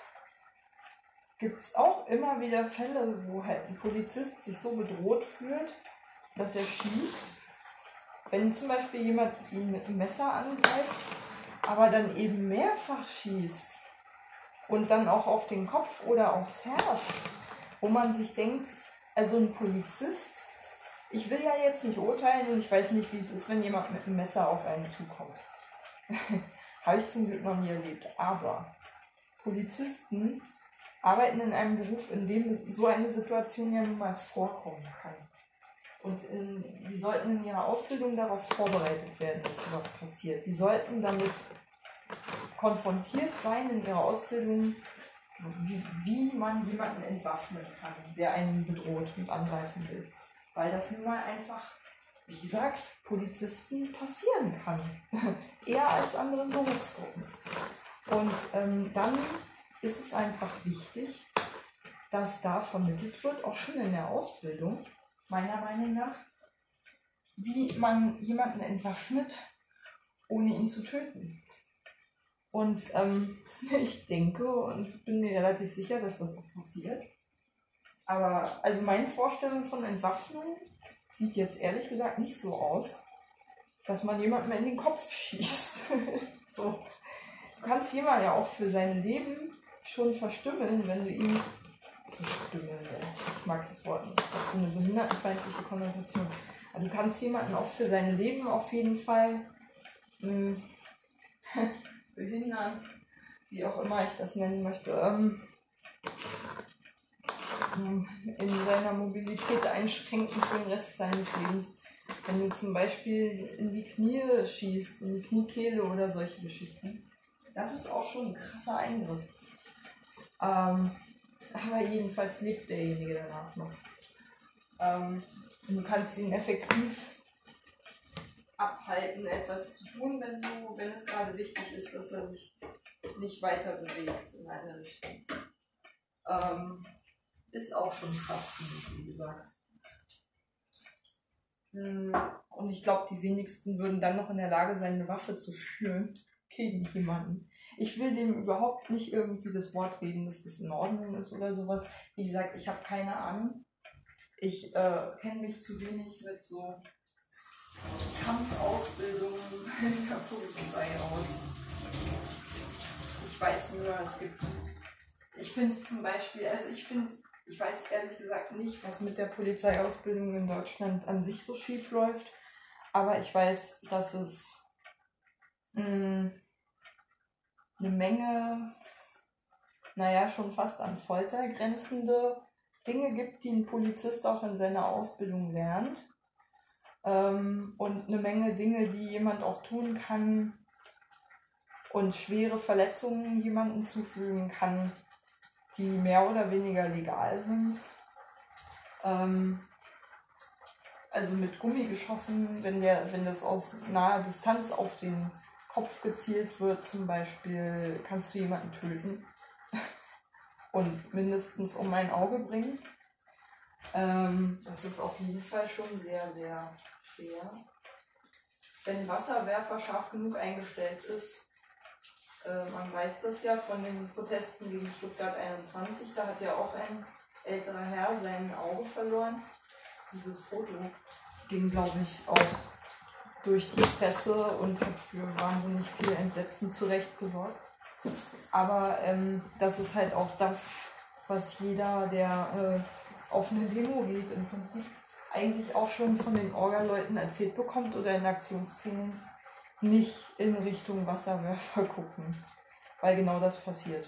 gibt es auch immer wieder Fälle, wo halt ein Polizist sich so bedroht fühlt, dass er schießt. Wenn zum Beispiel jemand ihn mit einem Messer angreift, aber dann eben mehrfach schießt und dann auch auf den Kopf oder aufs Herz, wo man sich denkt, also ein Polizist, ich will ja jetzt nicht urteilen und ich weiß nicht, wie es ist, wenn jemand mit einem Messer auf einen zukommt. Habe ich zum Glück noch nie erlebt. Aber Polizisten arbeiten in einem Beruf, in dem so eine Situation ja nun mal vorkommen kann. Und in, die sollten in ihrer Ausbildung darauf vorbereitet werden, dass sowas passiert. Die sollten damit konfrontiert sein in ihrer Ausbildung, wie, wie man jemanden entwaffnen kann, der einen bedroht und angreifen will. Weil das nun mal einfach, wie gesagt, Polizisten passieren kann. Eher als anderen Berufsgruppen. Und ähm, dann ist es einfach wichtig, dass da vermittelt wird, auch schon in der Ausbildung, meiner Meinung nach, wie man jemanden entwaffnet, ohne ihn zu töten. Und ähm, ich denke und bin mir relativ sicher, dass das auch passiert. Aber also meine Vorstellung von Entwaffnung sieht jetzt ehrlich gesagt nicht so aus, dass man jemandem in den Kopf schießt. So. Du kannst jemanden ja auch für sein Leben schon verstümmeln, wenn du ihn verstümmeln, ich mag das Wort nicht, das hat so eine behindertenfeindliche Konnotation. Aber du kannst jemanden auch für sein Leben auf jeden Fall mh, behindern, wie auch immer ich das nennen möchte, ähm, in seiner Mobilität einschränken für den Rest seines Lebens. Wenn du zum Beispiel in die Knie schießt, in die Kniekehle oder solche Geschichten. Das ist auch schon ein krasser Eingriff. Ähm, aber jedenfalls lebt derjenige danach noch. Ähm, und du kannst ihn effektiv abhalten, etwas zu tun, wenn du, wenn es gerade wichtig ist, dass er sich nicht weiter bewegt in eine Richtung. Ähm, ist auch schon krass, wie gesagt. Und ich glaube, die wenigsten würden dann noch in der Lage sein, eine Waffe zu führen gegen jemanden. Ich will dem überhaupt nicht irgendwie das Wort reden, dass das in Ordnung ist oder sowas. Wie gesagt, ich habe keine Ahnung. Ich äh, kenne mich zu wenig mit so Kampfausbildungen in der Polizei aus. Ich weiß nur, es gibt... Ich finde es zum Beispiel, also ich finde, ich weiß ehrlich gesagt nicht, was mit der Polizeiausbildung in Deutschland an sich so schief läuft, aber ich weiß, dass es mh, eine Menge, naja, schon fast an Folter grenzende Dinge gibt, die ein Polizist auch in seiner Ausbildung lernt. Ähm, und eine Menge Dinge, die jemand auch tun kann und schwere Verletzungen jemandem zufügen kann, die mehr oder weniger legal sind. Ähm, also mit Gummigeschossen, wenn, der, wenn das aus naher Distanz auf den Kopf gezielt wird zum Beispiel, kannst du jemanden töten und mindestens um ein Auge bringen. Ähm, das ist auf jeden Fall schon sehr, sehr schwer. Wenn ein Wasserwerfer scharf genug eingestellt ist, äh, man weiß das ja von den Protesten gegen Stuttgart einundzwanzig, da hat ja auch ein älterer Herr sein Auge verloren. Dieses Foto ging, glaube ich, auch durch die Presse und hat für wahnsinnig viel Entsetzen zurecht gesorgt. Aber ähm, das ist halt auch das, was jeder, der äh, auf eine Demo geht, im Prinzip eigentlich auch schon von den Orga-Leuten erzählt bekommt oder in Aktionstrainings, nicht in Richtung Wasserwerfer gucken, weil genau das passiert.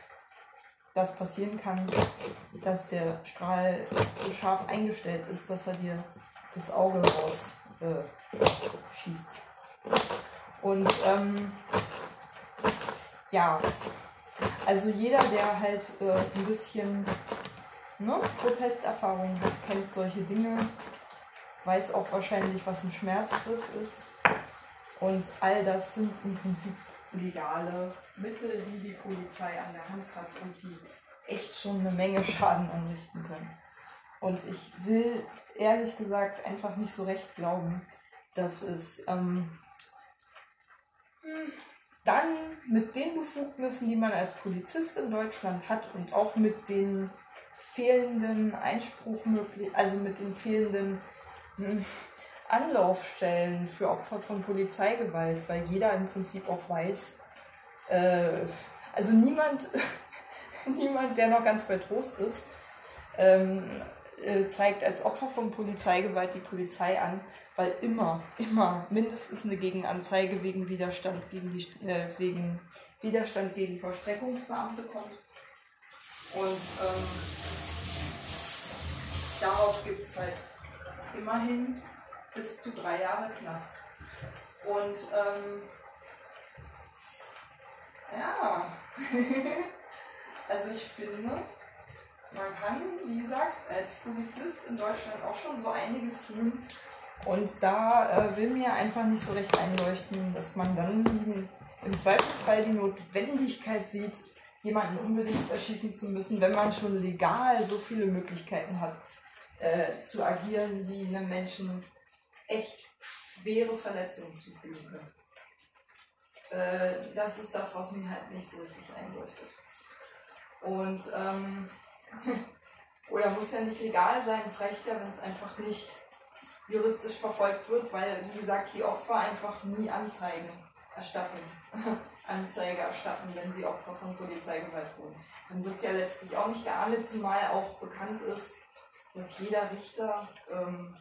Das passieren kann, dass der Strahl so scharf eingestellt ist, dass er dir das Auge raus äh, schießt. Und ähm, ja, also jeder, der halt äh, ein bisschen ne, Protesterfahrung hat, kennt solche Dinge, weiß auch wahrscheinlich, was ein Schmerzgriff ist. Und all das sind im Prinzip legale Mittel, die die Polizei an der Hand hat und die echt schon eine Menge Schaden anrichten können. Und ich will ehrlich gesagt einfach nicht so recht glauben, dass es ähm, dann mit den Befugnissen, die man als Polizist in Deutschland hat und auch mit den fehlenden Einspruchmöglichkeiten, also mit den fehlenden hm, Anlaufstellen für Opfer von Polizeigewalt, weil jeder im Prinzip auch weiß, äh, also niemand, niemand, der noch ganz bei Trost ist, ähm, äh, zeigt als Opfer von Polizeigewalt die Polizei an, weil immer, immer mindestens eine Gegenanzeige wegen Widerstand gegen die äh, wegen Widerstand gegen Vollstreckungsbeamte kommt. Und ähm, darauf gibt es halt immerhin bis zu drei Jahre Knast. Und ähm, ja, also ich finde, man kann, wie gesagt, als Polizist in Deutschland auch schon so einiges tun. Und da äh, will mir einfach nicht so recht einleuchten, dass man dann im Zweifelsfall die Notwendigkeit sieht, jemanden unbedingt erschießen zu müssen, wenn man schon legal so viele Möglichkeiten hat, äh, zu agieren, die einem Menschen echt schwere Verletzungen zufügen können. Äh, das ist das, was mir halt nicht so richtig einleuchtet. Und ähm, oder muss ja nicht legal sein, es reicht ja, wenn es einfach nicht juristisch verfolgt wird, weil, wie gesagt, die Opfer einfach nie Anzeigen erstatten, Anzeige erstatten, wenn sie Opfer von Polizeigewalt wurden. Dann wird es ja letztlich auch nicht geahndet, zumal auch bekannt ist, dass jeder Richter ähm,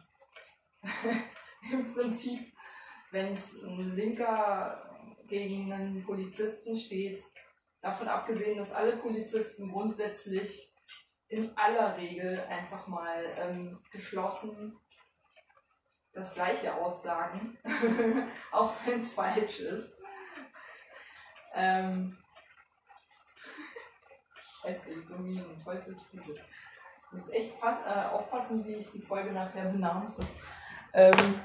im Prinzip, wenn es ein Linker gegen einen Polizisten steht, davon abgesehen, dass alle Polizisten grundsätzlich in aller Regel einfach mal ähm, geschlossen das Gleiche aussagen, auch wenn es falsch ist. Ähm, Scheiße, Ironie und Teufelsliebe. Ich muss echt pass, äh, aufpassen, wie ich die Folge nachher benamse. Ähm,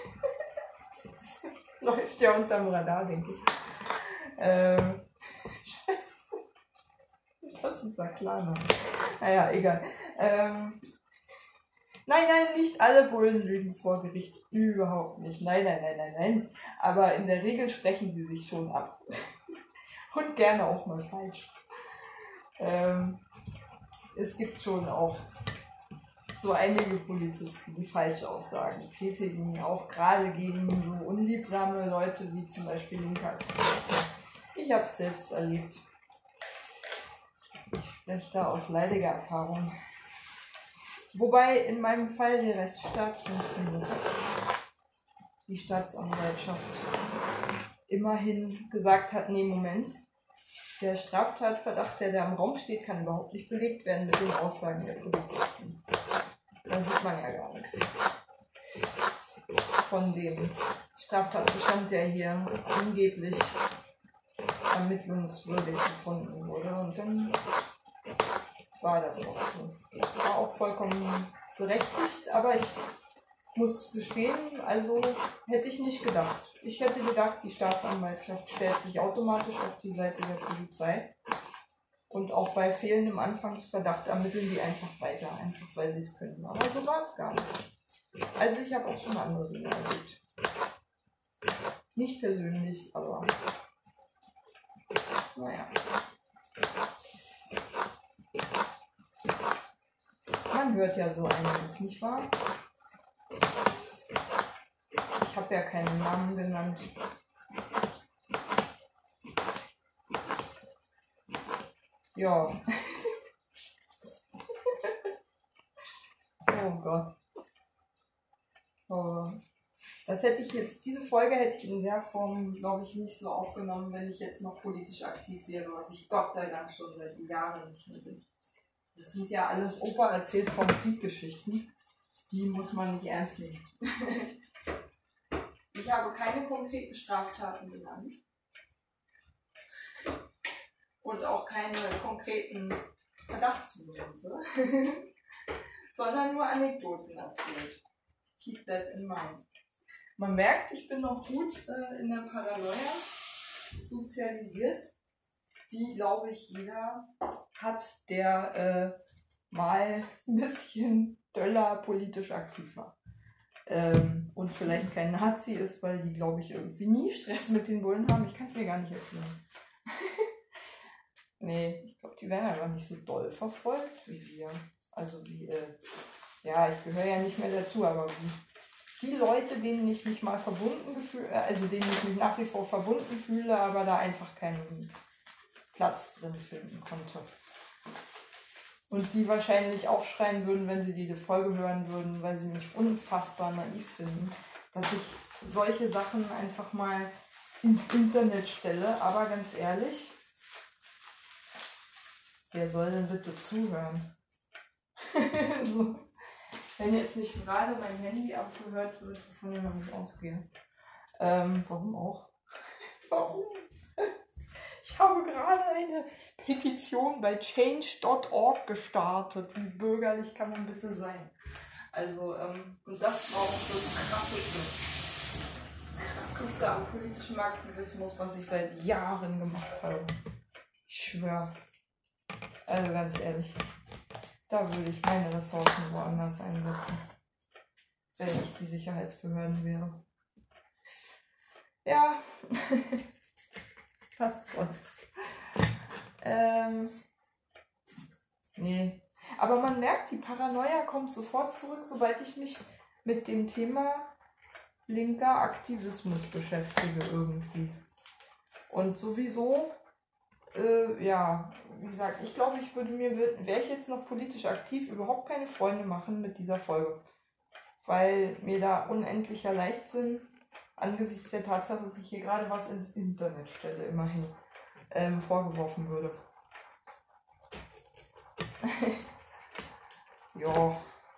läuft ja unterm Radar, denke ich. Ähm, Scheiße. Das ist ja klar. Naja, egal. Ähm, nein, nein, nicht alle Bullen lügen vor Gericht. Überhaupt nicht. Nein, nein, nein, nein, nein. Aber in der Regel sprechen sie sich schon ab. Und gerne auch mal falsch. Ähm, es gibt schon auch so einige Polizisten, die Falschaussagen tätigen, auch gerade gegen so unliebsame Leute wie zum Beispiel linke Aktivisten. Ich habe es selbst erlebt. Ich spreche da aus leidiger Erfahrung. Wobei in meinem Fall der Rechtsstaat funktioniert. Die Staatsanwaltschaft immerhin gesagt hat, nee, Moment, der Straftatverdacht, der da im Raum steht, kann überhaupt nicht belegt werden mit den Aussagen der Polizisten. Da sieht man ja gar nichts von dem Straftatbestand, der hier angeblich ermittlungswürdig gefunden wurde. Und dann war das auch so. War auch vollkommen berechtigt, aber ich muss gestehen, also hätte ich nicht gedacht. Ich hätte gedacht, die Staatsanwaltschaft stellt sich automatisch auf die Seite der Polizei. Und auch bei fehlendem Anfangsverdacht ermitteln die einfach weiter, einfach weil sie es können. Aber so war es gar nicht. Also ich habe auch schon andere Dinge erlebt. Nicht persönlich, aber naja. Man hört ja so einiges, nicht wahr? Ich habe ja keinen Namen genannt. Ja. Oh Gott. Oh. Das hätte ich jetzt, diese Folge hätte ich in der Form, glaube ich, nicht so aufgenommen, wenn ich jetzt noch politisch aktiv wäre, was ich Gott sei Dank schon seit Jahren nicht mehr bin. Das sind ja alles Opa erzählt vom Krieg-Geschichten. Die muss man nicht ernst nehmen. Ich habe keine konkreten Straftaten genannt. und auch keine konkreten Verdachtsmomente, sondern nur Anekdoten erzählt. Keep that in mind. Man merkt, ich bin noch gut äh, in der Paranoia sozialisiert, die, glaube ich, jeder hat, der äh, mal ein bisschen döller politisch aktiv war. Ähm, und vielleicht kein Nazi ist, weil die, glaube ich, irgendwie nie Stress mit den Bullen haben. Ich kann es mir gar nicht erklären. Nee, ich glaube, die werden einfach nicht so doll verfolgt wie wir. Also wie, äh, ja, ich gehöre ja nicht mehr dazu, aber wie die Leute, denen ich mich mal verbunden gefühle, also denen ich mich nach wie vor verbunden fühle, aber da einfach keinen Platz drin finden konnte. Und die wahrscheinlich aufschreien würden, wenn sie diese Folge hören würden, weil sie mich unfassbar naiv finden, dass ich solche Sachen einfach mal ins Internet stelle. Aber ganz ehrlich, wer soll denn bitte zuhören? So. Wenn jetzt nicht gerade mein Handy abgehört wird, wovon ich noch nicht ausgehe. Ähm, warum auch? Warum? Ich habe gerade eine Petition bei change punkt org gestartet. Wie bürgerlich kann man bitte sein? Also, ähm, und das war auch das Krasseste. Das Krasseste am politischen Aktivismus, was ich seit Jahren gemacht habe. Ich schwöre. Also ganz ehrlich, da würde ich meine Ressourcen woanders einsetzen, wenn ich die Sicherheitsbehörden wäre. Ja, was sonst? Ähm, nee. Aber man merkt, die Paranoia kommt sofort zurück, sobald ich mich mit dem Thema linker Aktivismus beschäftige irgendwie. Und sowieso, äh, ja, wie gesagt, ich glaube, ich würde mir, wäre ich jetzt noch politisch aktiv, überhaupt keine Freunde machen mit dieser Folge. Weil mir da unendlicher Leichtsinn angesichts der Tatsache, dass ich hier gerade was ins Internet stelle, immerhin, ähm, vorgeworfen würde. Ja.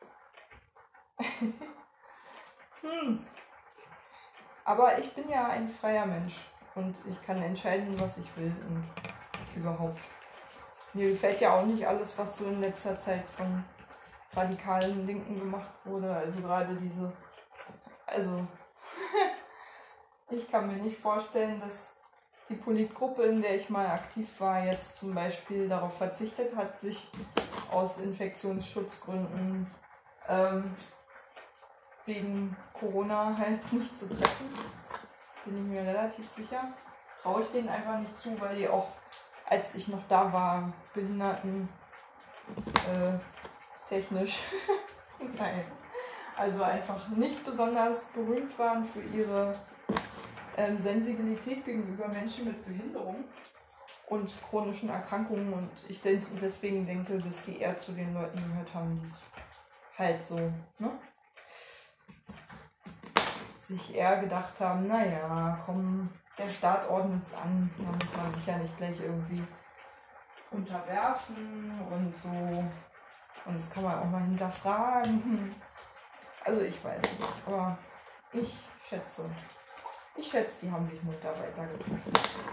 hm. Aber ich bin ja ein freier Mensch und ich kann entscheiden, was ich will und überhaupt. Mir gefällt ja auch nicht alles, was so in letzter Zeit von radikalen Linken gemacht wurde. Also gerade diese, also ich kann mir nicht vorstellen, dass die Politgruppe, in der ich mal aktiv war, jetzt zum Beispiel darauf verzichtet hat, sich aus Infektionsschutzgründen ähm, wegen Corona halt nicht zu treffen. Bin ich mir relativ sicher. Traue ich denen einfach nicht zu, weil die auch, als ich noch da war, behinderten äh, technisch nein. Also einfach nicht besonders berühmt waren für ihre ähm, Sensibilität gegenüber Menschen mit Behinderung und chronischen Erkrankungen, und ich deswegen denke, dass die eher zu den Leuten gehört haben, die halt so, ne, sich eher gedacht haben, naja, komm, der Staat ordnet's an, da muss man sich ja nicht gleich irgendwie unterwerfen und so, und das kann man auch mal hinterfragen. Also ich weiß nicht, aber ich schätze, ich schätze, die haben sich munter weitergetroffen.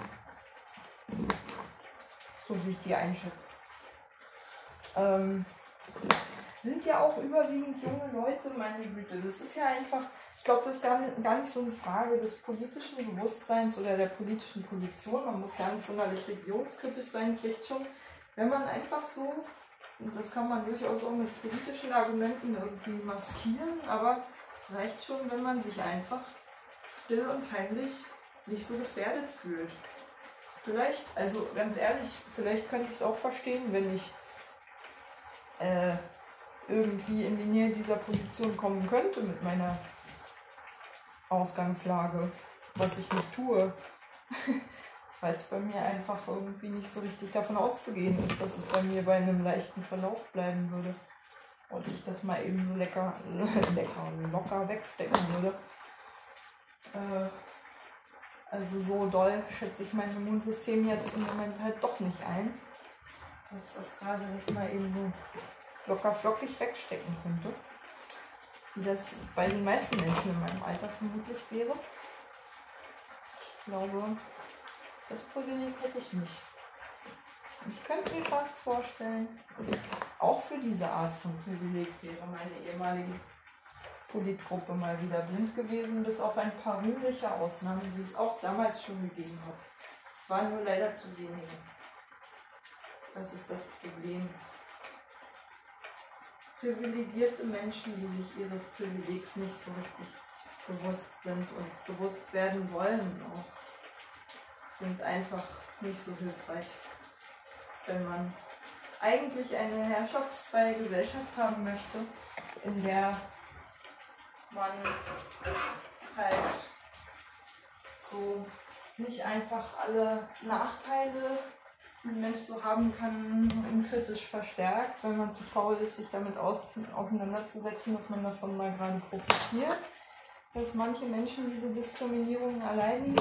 So wie ich die einschätze. Ähm, sind ja auch überwiegend junge Leute, meine Güte. Das ist ja einfach, ich glaube, das ist gar nicht, gar nicht so eine Frage des politischen Bewusstseins oder der politischen Position. Man muss gar nicht sonderlich religionskritisch sein. Es reicht schon, wenn man einfach so, und das kann man durchaus auch mit politischen Argumenten irgendwie maskieren, aber es reicht schon, wenn man sich einfach still und heimlich nicht so gefährdet fühlt. Vielleicht, also ganz ehrlich, vielleicht könnte ich es auch verstehen, wenn ich äh, irgendwie in die Nähe dieser Position kommen könnte mit meiner Ausgangslage, was ich nicht tue, weil es bei mir einfach irgendwie nicht so richtig davon auszugehen ist, dass es bei mir bei einem leichten Verlauf bleiben würde und ich das mal eben so lecker, lecker locker wegstecken würde. Äh, also so doll schätze ich mein Immunsystem jetzt im Moment halt doch nicht ein, dass das gerade das mal eben so locker flockig wegstecken könnte, wie das bei den meisten Menschen in meinem Alter vermutlich wäre. Ich glaube, das Privileg hätte ich nicht. Ich könnte mir fast vorstellen, auch für diese Art von Privileg wäre meine ehemalige Politgruppe mal wieder blind gewesen, bis auf ein paar rühmliche Ausnahmen, die es auch damals schon gegeben hat. Es waren nur leider zu wenige. Das ist das Problem. Privilegierte Menschen, die sich ihres Privilegs nicht so richtig bewusst sind und bewusst werden wollen, auch, sind einfach nicht so hilfreich. Wenn man eigentlich eine herrschaftsfreie Gesellschaft haben möchte, in der man halt so nicht einfach alle Nachteile, die ein Mensch so haben kann, unkritisch verstärkt, wenn man zu faul ist, sich damit aus, auseinanderzusetzen, dass man davon mal gerade profitiert, dass manche Menschen diese Diskriminierung erleiden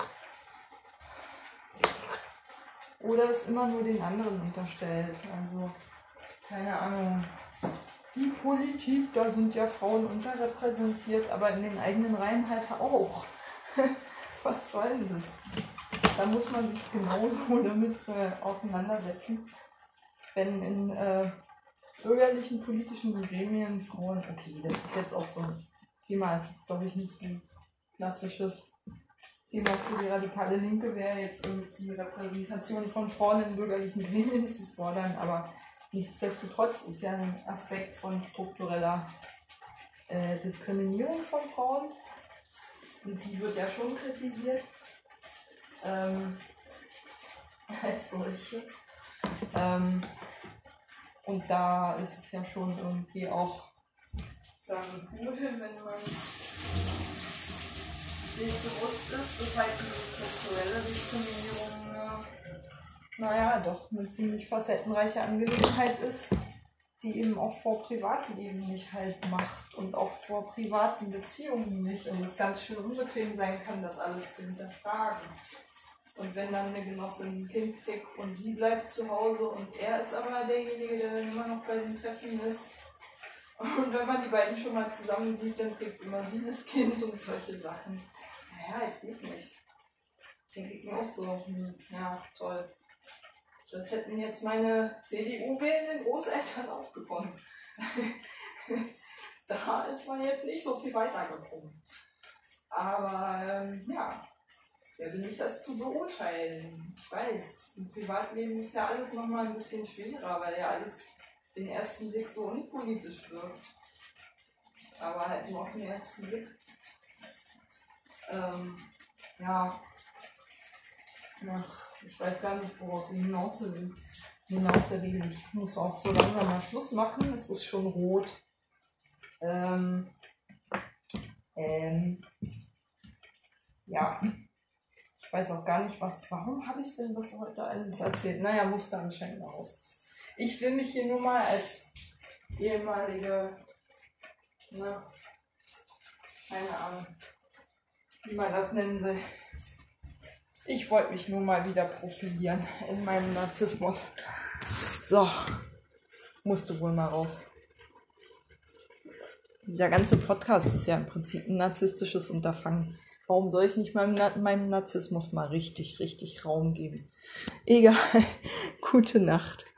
oder es immer nur den anderen unterstellt. Also, keine Ahnung. Die Politik, da sind ja Frauen unterrepräsentiert, aber in den eigenen Reihen halt auch. Was soll denn das? Da muss man sich genauso damit äh, auseinandersetzen, wenn in äh, bürgerlichen politischen Gremien Frauen, okay, das ist jetzt auch so ein Thema, ist jetzt glaube ich nicht so ein klassisches Thema für die radikale Linke, wäre jetzt irgendwie Repräsentation von Frauen in bürgerlichen Gremien zu fordern, aber nichtsdestotrotz ist ja ein Aspekt von struktureller äh, Diskriminierung von Frauen. Und die wird ja schon kritisiert ähm, als solche. Ähm, und da ist es ja schon irgendwie auch dann gut, wenn man sich bewusst ist, dass halt diese strukturelle Diskriminierung äh, naja, doch eine ziemlich facettenreiche Angelegenheit ist, die eben auch vor Privatleben nicht halt macht und auch vor privaten Beziehungen nicht und es ganz schön unbequem sein kann, das alles zu hinterfragen. Und wenn dann eine Genossin ein Kind kriegt und sie bleibt zu Hause und er ist aber derjenige, der dann immer noch bei den Treffen ist und wenn man die beiden schon mal zusammen sieht, dann trägt immer sie das Kind und solche Sachen. Naja, ich weiß nicht. Denke ich mir auch so, hm, ja, toll. Das hätten jetzt meine C D U-wählenden Großeltern auch bekommen. Da ist man jetzt nicht so viel weitergekommen. Aber ähm, ja, wer bin ich, das zu beurteilen? Ich weiß, im Privatleben ist ja alles nochmal ein bisschen schwerer, weil ja alles den ersten Blick so unpolitisch wirkt. Aber halt nur auf den ersten Blick. Ähm, ja, nach Ich weiß gar nicht, worauf ich hinaus will. Hinaus will. Ich muss auch so langsam mal Schluss machen. Es ist schon rot. Ähm, ähm, ja. Ich weiß auch gar nicht, was. Warum habe ich denn das heute alles erzählt? Naja, musste anscheinend aus. Ich will mich hier nur mal als ehemalige, ne, keine Ahnung, wie man das nennen will. Ich wollte mich nur mal wieder profilieren in meinem Narzissmus. So, musste wohl mal raus. Dieser ganze Podcast ist ja im Prinzip ein narzisstisches Unterfangen. Warum soll ich nicht meinem, meinem Narzissmus mal richtig, richtig Raum geben? Egal. Gute Nacht.